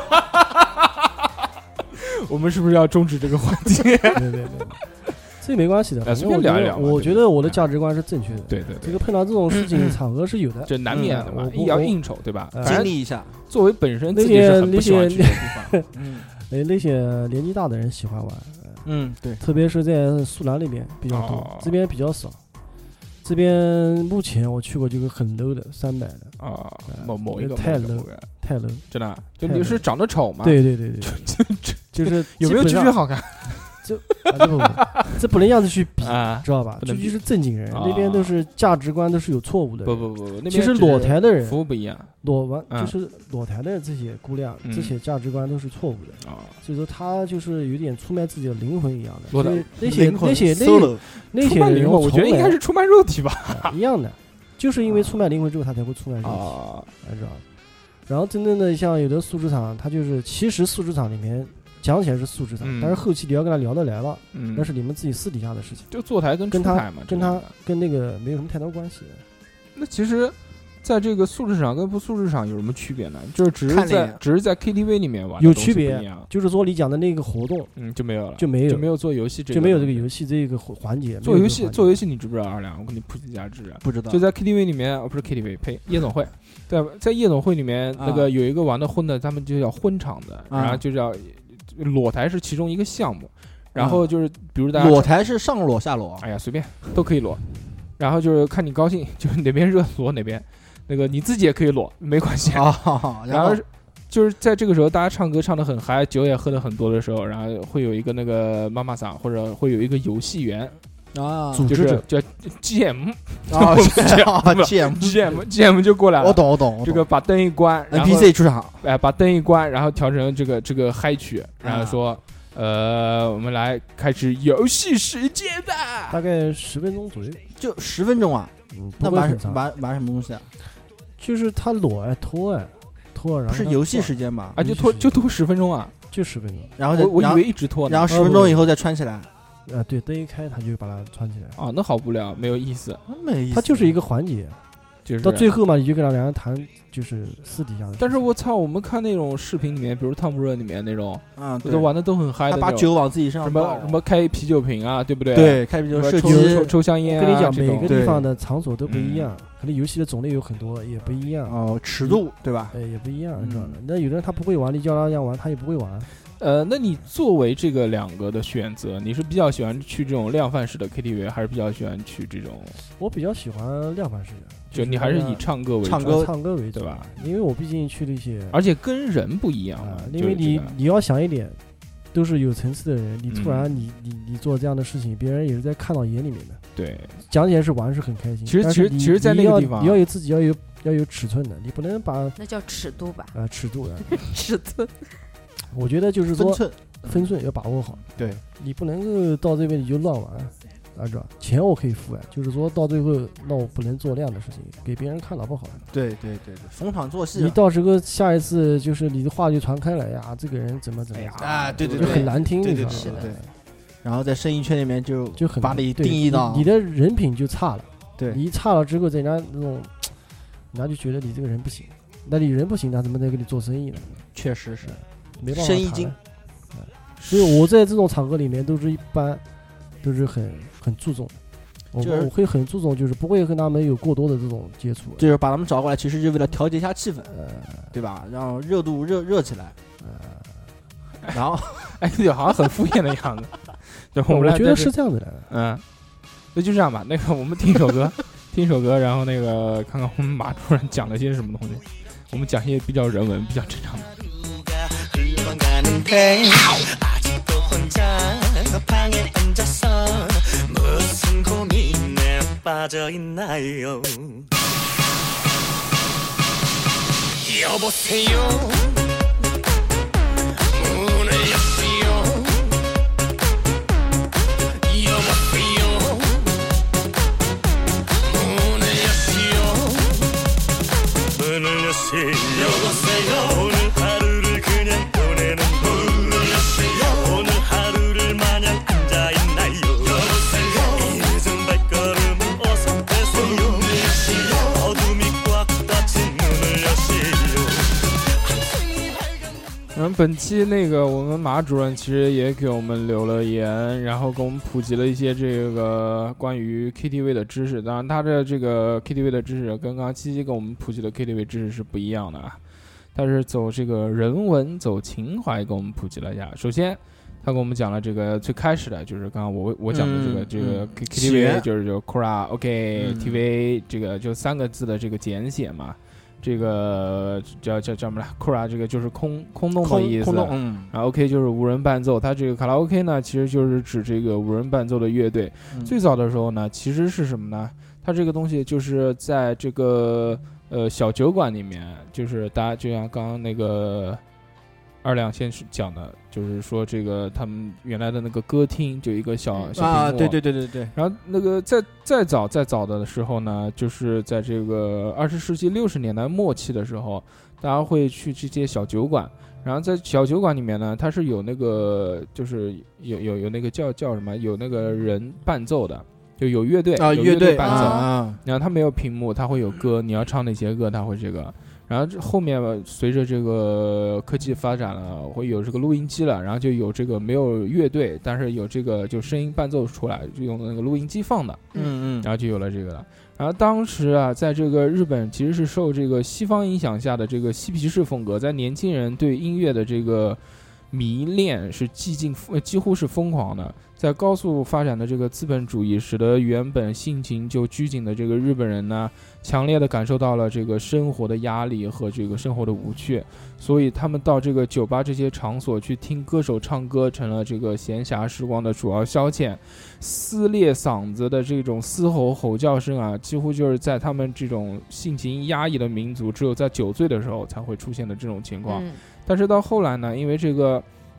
我们是不是要终止这个话题？ 对，这没关系的。 随便聊一聊。 我觉得我的价值观是正确的。 对， 这个碰到这种事情场合是有的， 这难免的嘛，也要应酬，对吧？ 经历一下。 作为本身自己是很不喜欢去的地方。 那些年纪大的人喜欢玩， 对， 特别是在苏南那边比较多，这边比较少。这边目前我去过就是很 low 的300的某一个太 low， 真的，就你是长得丑吗？ 对，就是有没有居居好看？ 这不能这样子去比，知道吧？ 居居是正经人，那边都是价值观都是有错误的。 不， 其实裸台的人服务不一样， 就是裸台的这些姑娘，这些价值观都是错误的所以说他就是有点出卖自己的灵魂一样的。所以那些人， 我觉得应该是出卖肉体吧， 一样的，就是因为出卖灵魂之后，他才会出卖肉体，知道吧？然后真正的像有的素质场，他就是其实素质场里面。讲起来是素质上，但是后期你要跟他聊得来了，那是你们自己私底下的事情。 就坐台跟出台嘛， 跟那个没有什么太多关系。 那其实，在这个素质场跟不素质场有什么区别呢？就是只是在 KTV 里面玩有区别，就是说你讲的那个活动， 就没有了， 就没有做游戏， 就没有这个游戏这个环节。 做游戏，你知不知道二两？我跟你普及一下知识。 不知道。 就在 KTV 里面，不是 KTV，夜总会。在夜总会里面，那个有一个玩的婚的，他们就叫婚场的，然后就叫。裸台是其中一个项目，然后就是比如大家裸台是上裸下裸， 哎呀随便都可以裸，然后就是看你高兴，就是哪边热裸哪边，那个你自己也可以裸，没关系。然后就是在这个时候，大家唱歌唱得很嗨，酒也喝得很多的时候，然后会有一个那个妈妈桑，或者会有一个游戏员。 组织者叫 GM GM 就过来了。 我懂。 这个把灯一关 ，NPC 出场， 把灯一关，然后调成这个嗨曲，然后说我们来开始游戏时间吧。 大概10分钟左右， 就10分钟啊？那玩什么东西啊？ 就是他裸拖，然后不是游戏时间嘛？ 啊，就拖10分钟啊？ 就10分钟。 然后我以为一直拖呢。 然后10分钟以后再穿起来。 对，灯一开他就把它穿起来。 啊，那好无聊，没有意思。 没意思。 它就是一个环节， 就是到最后嘛，你就跟他两人谈，就是私底下的。 但是我操，我们看那种视频里面，比如汤姆热里面那种， 对， 都玩的都很嗨的， 他把酒往自己身上什么开啤酒瓶啊，对不对？ 对，开啤酒射击、 抽香烟。 我跟你讲，每个地方的场所都不一样，可能游戏的种类有很多，也不一样。 哦，尺度对吧？ 也不一样，知道的。那有的人他不会玩，你叫他这样玩，他也不会玩。 那你作为这个2个的选择，你是比较喜欢去这种量贩式的 KTV， 还是比较喜欢去这种？ 我比较喜欢量贩式的， 就你还是以唱歌为主， 唱歌为主， 对吧？ 因为我毕竟去了一些， 而且跟人不一样嘛， 因为你要想一点，都是有层次的人，你突然你做这样的事情，别人也是在看到眼里面的。 对， 讲起来是玩是很开心。 其实，在那个地方， 你要有自己要有尺寸的，你不能把那叫尺度吧？ 尺度的尺寸。 我觉得就是说分寸要把握好。 对， 你不能够到这边你就乱玩，是吧？钱我可以付就是说到最后，那我不能做那样的事情，给别人看了不好。 对，逢场作戏。 你到时候下一次就是你的话就传开了呀，这个人怎么样啊？对， 就很难听， 对。然后在生意圈里面就很把你定义到你的人品就差了。 对， 你一差了之后，人家那种，人家就觉得你这个人不行。那你人不行，他怎么能跟你做生意呢？ 确实是， 没办法。 生意经。 所以我在这种场合里面都是很注重的，我会很注重，就是不会跟他们有过多的这种接触， 就是把他们找过来，其实就为了调节一下气氛，对吧？让热度热起来，然后对，好像很敷衍的样子。对， 我觉得是这样子的， 那就这样吧。那个我们听一首歌，然后那个看看我们马主任讲了些什么东西，我们讲一些比较人文、比较正常的。 아직도 혼자 방에 앉아서 무슨 고민에 빠져있나요 여보세요 문을 여시오 여보세요 문을 여시오 문을 여시오 여보세요 오늘 하루를 그냥 보내는 문을 여시오 오늘 하루를 마냥 앉아있나요 여보세요 늦은 발걸음을 어서 떼세요 문을 여시오 어둠이 꽉 닫힌 문을 여시오 本期那个我们马主任其实也给我们留了言，然后给我们普及了一些这个关于 KTV 的知识。当然，他的这个 KTV 的知识跟刚刚七七给我们普及的 KTV 知识是不一样的啊。他是走这个人文、走情怀，给我们普及了一下。首先，他给我们讲了这个最开始的，就是刚刚我讲的这个 KTV， 就是 Kora、OK、TV 这个就3个字的这个简写嘛。 这个叫什么来 ？Kora 这个就是空洞的意思，然后 OK 就是无人伴奏。它这个卡拉 OK 呢，其实就是指这个无人伴奏的乐队。最早的时候呢，其实是什么呢？它这个东西就是在这个小酒馆里面，就是大家就像刚刚那个2两先是讲的，就是说这个他们原来的那个歌厅就一个小屏幕啊，对。 然后那个再早的时候呢，就是在这个20世纪60年代末期的时候，大家会去这些小酒馆。然后在小酒馆里面呢，它是有那个就是有那个叫什么，有那个人伴奏的，就有乐队啊， 乐队伴奏啊。 然后它没有屏幕，它会有歌，你要唱哪些歌，它会这个。 然后后面随着这个科技发展了，会有这个录音机了，然后就有这个没有乐队，但是有这个就声音伴奏出来，就用那个录音机放的，然后就有了这个了。然后当时啊，在这个日本其实是受这个西方影响下的这个嬉皮士风格，在年轻人对音乐的这个迷恋是几乎是疯狂的。 在高速发展的这个资本主义，使得原本性情就拘谨的这个日本人呢，强烈的感受到了这个生活的压力和这个生活的无趣，所以他们到这个酒吧这些场所去听歌手唱歌，成了这个闲暇时光的主要消遣。撕裂嗓子的这种嘶吼吼叫声啊，几乎就是在他们这种性情压抑的民族，只有在酒醉的时候才会出现的这种情况。但是到后来呢，因为这个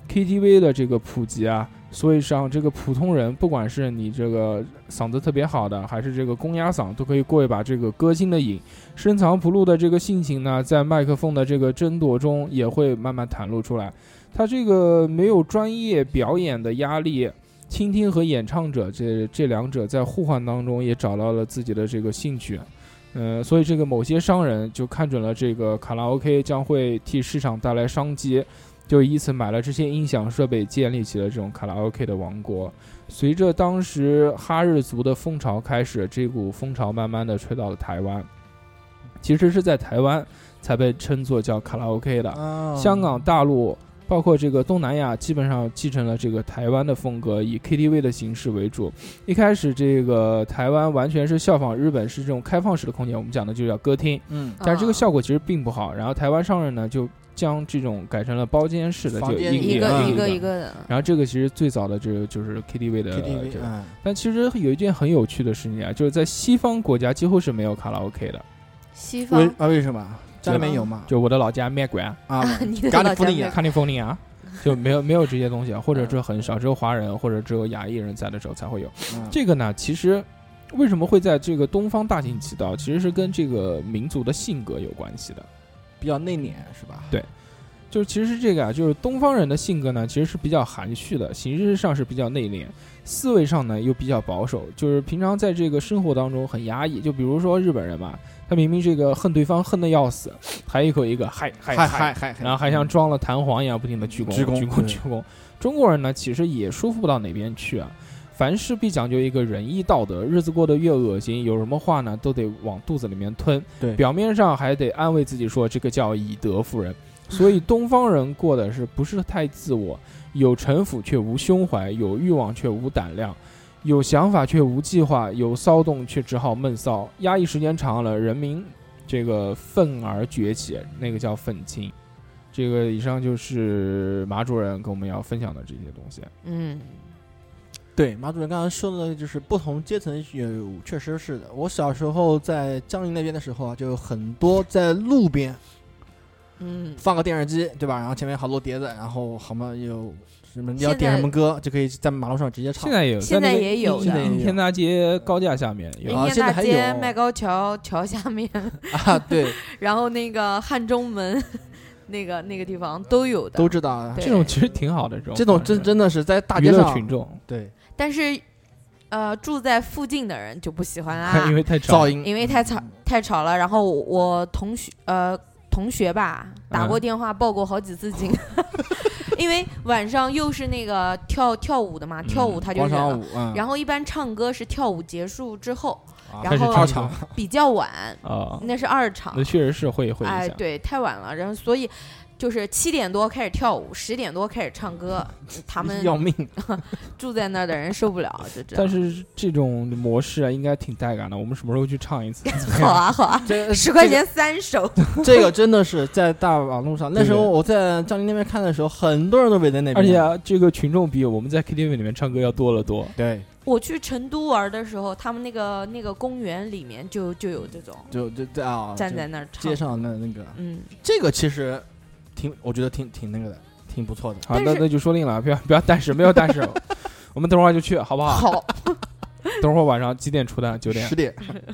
KTV 的这个普及啊，所以让这个普通人，不管是你这个嗓子特别好的，还是这个公鸭嗓，都可以过一把这个歌星的瘾。深藏不露的这个性情呢，在麦克风的这个争夺中也会慢慢袒露出来。他这个没有专业表演的压力，倾听和演唱者这两者在互换当中也找到了自己的这个兴趣。所以这个某些商人就看准了这个卡拉 OK 将会替市场带来商机，就以此买了这些音响设备，建立起了这种卡拉 OK 的王国。随着当时哈日族的风潮开始，这股风潮慢慢的吹到了台湾。其实是在台湾才被称作叫卡拉 OK 的，香港、大陆包括这个东南亚基本上继承了这个台湾的风格，以 KTV 的形式为主。一开始这个台湾完全是效仿日本，是这种开放式的空间，我们讲的就叫歌厅，但是这个效果其实并不好。然后台湾商人呢就将这种改成了包间式的，就一个的。 然后这个其实最早的这个就是 KTV 的 KTV， 但其实有一件很有趣的事情啊，就是在西方国家几乎是没有卡拉 OK 的。 西方为什么？家里面有吗？ 就我的老家麦管啊， 你的老家卡利福尼亚就没有这些东西，或者是很少，只有华人或者只有亚裔人在的时候才会有。这个呢，其实为什么会在这个东方大行其道，其实是跟这个民族的性格有关系的， 比较内敛是吧？ 对，就是其实是这个啊，就是东方人的性格呢，其实是比较含蓄的，形式上是比较内敛，思维上呢又比较保守，就是平常在这个生活当中很压抑。就比如说日本人嘛，他明明这个恨对方恨得要死，还一口一个嗨，然后还像装了弹簧一样不停的鞠躬。中国人呢，其实也舒服不到哪边去啊。凡事必讲究一个仁义道德，日子过得越恶心，有什么话呢都得往肚子里面吞。 对， 表面上还得安慰自己说这个叫以德服人。所以东方人过的是不是太自我，有城府却无胸怀，有欲望却无胆量，有想法却无计划，有骚动却只好闷骚。压抑时间长了，人民这个愤而崛起，那个叫愤青。这个以上就是马主任跟我们要分享的这些东西。 对，马主任刚刚说的就是不同阶层有，确实是的。我小时候在江宁那边的时候啊，就有很多在路边，放个电视机，对吧？然后前面好多碟子，然后好嘛有什么要点什么歌，就可以在马路上直接唱。 现在有， 现在也有的。 应天大街高架下面有， 应天大街麦高桥下面啊，对。 然后那个汉中门。那个地方都有的， 都知道。 这种其实挺好的， 这种真的是在大街上群众。 对， 但是住在附近的人就不喜欢啦， 因为太吵， 因为太吵了。然后我同学吧打过电话报过好几次警，因为晚上又是那个跳舞的嘛，跳舞他就忍了。然后一般唱歌是跳舞结束之后。然后比较晚那是2场， 那确实是会哎，对，太晚了。然后所以就是7点多开始跳舞，10点多开始唱歌，他们要命， 住在那儿的人受不了，就这样。 但是这种模式啊，应该挺带感的。我们什么时候去唱一次？ 好啊，10块钱3首。 这个真的是在大马路上，那时候我在江宁那边看的时候，很多人都围在那边， 而且啊，这个群众比我们在 KTV 里面唱歌要多了多。 对。 我去成都玩的时候，他们那个公园里面就有这种， 就啊， 站在那儿唱， 街上那个，这个其实我觉得挺那个的，挺不错的。 好，那就说定了，不要但是没有但是，我们等会儿就去，好不好？ 好。 等会儿晚上几点出单？9点。 10点。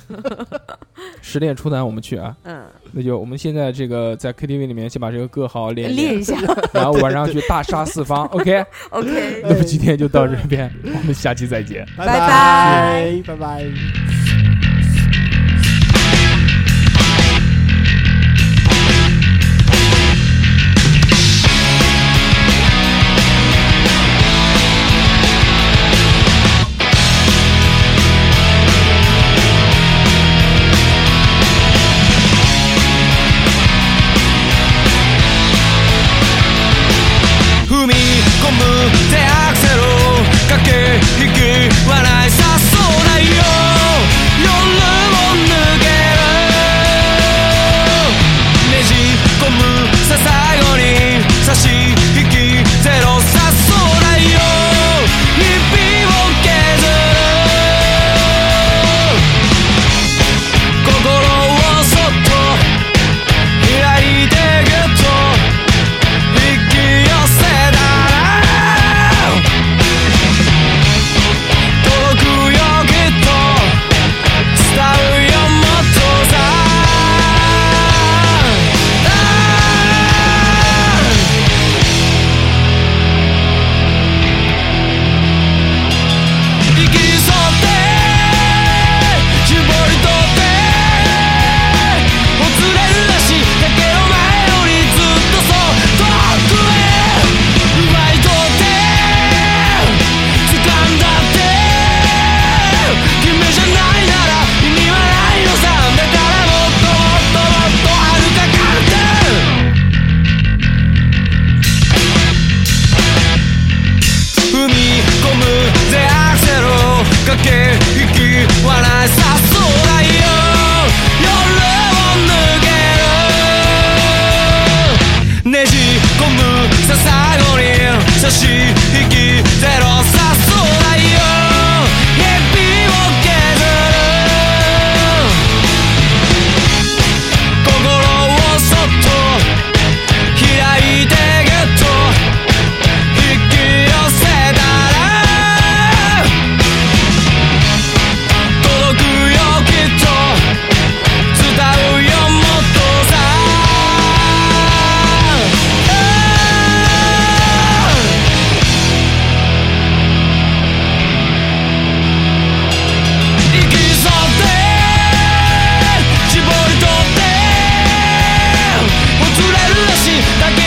10点出单，我们去啊。那就我们现在这个在 KTV 里面先把这个歌好好练一下， 然后晚上去大杀四方。OK。那么今天就到这边，我们下期再见， 拜拜，拜拜。 手アクセル駆け引き笑いさそうだよだけ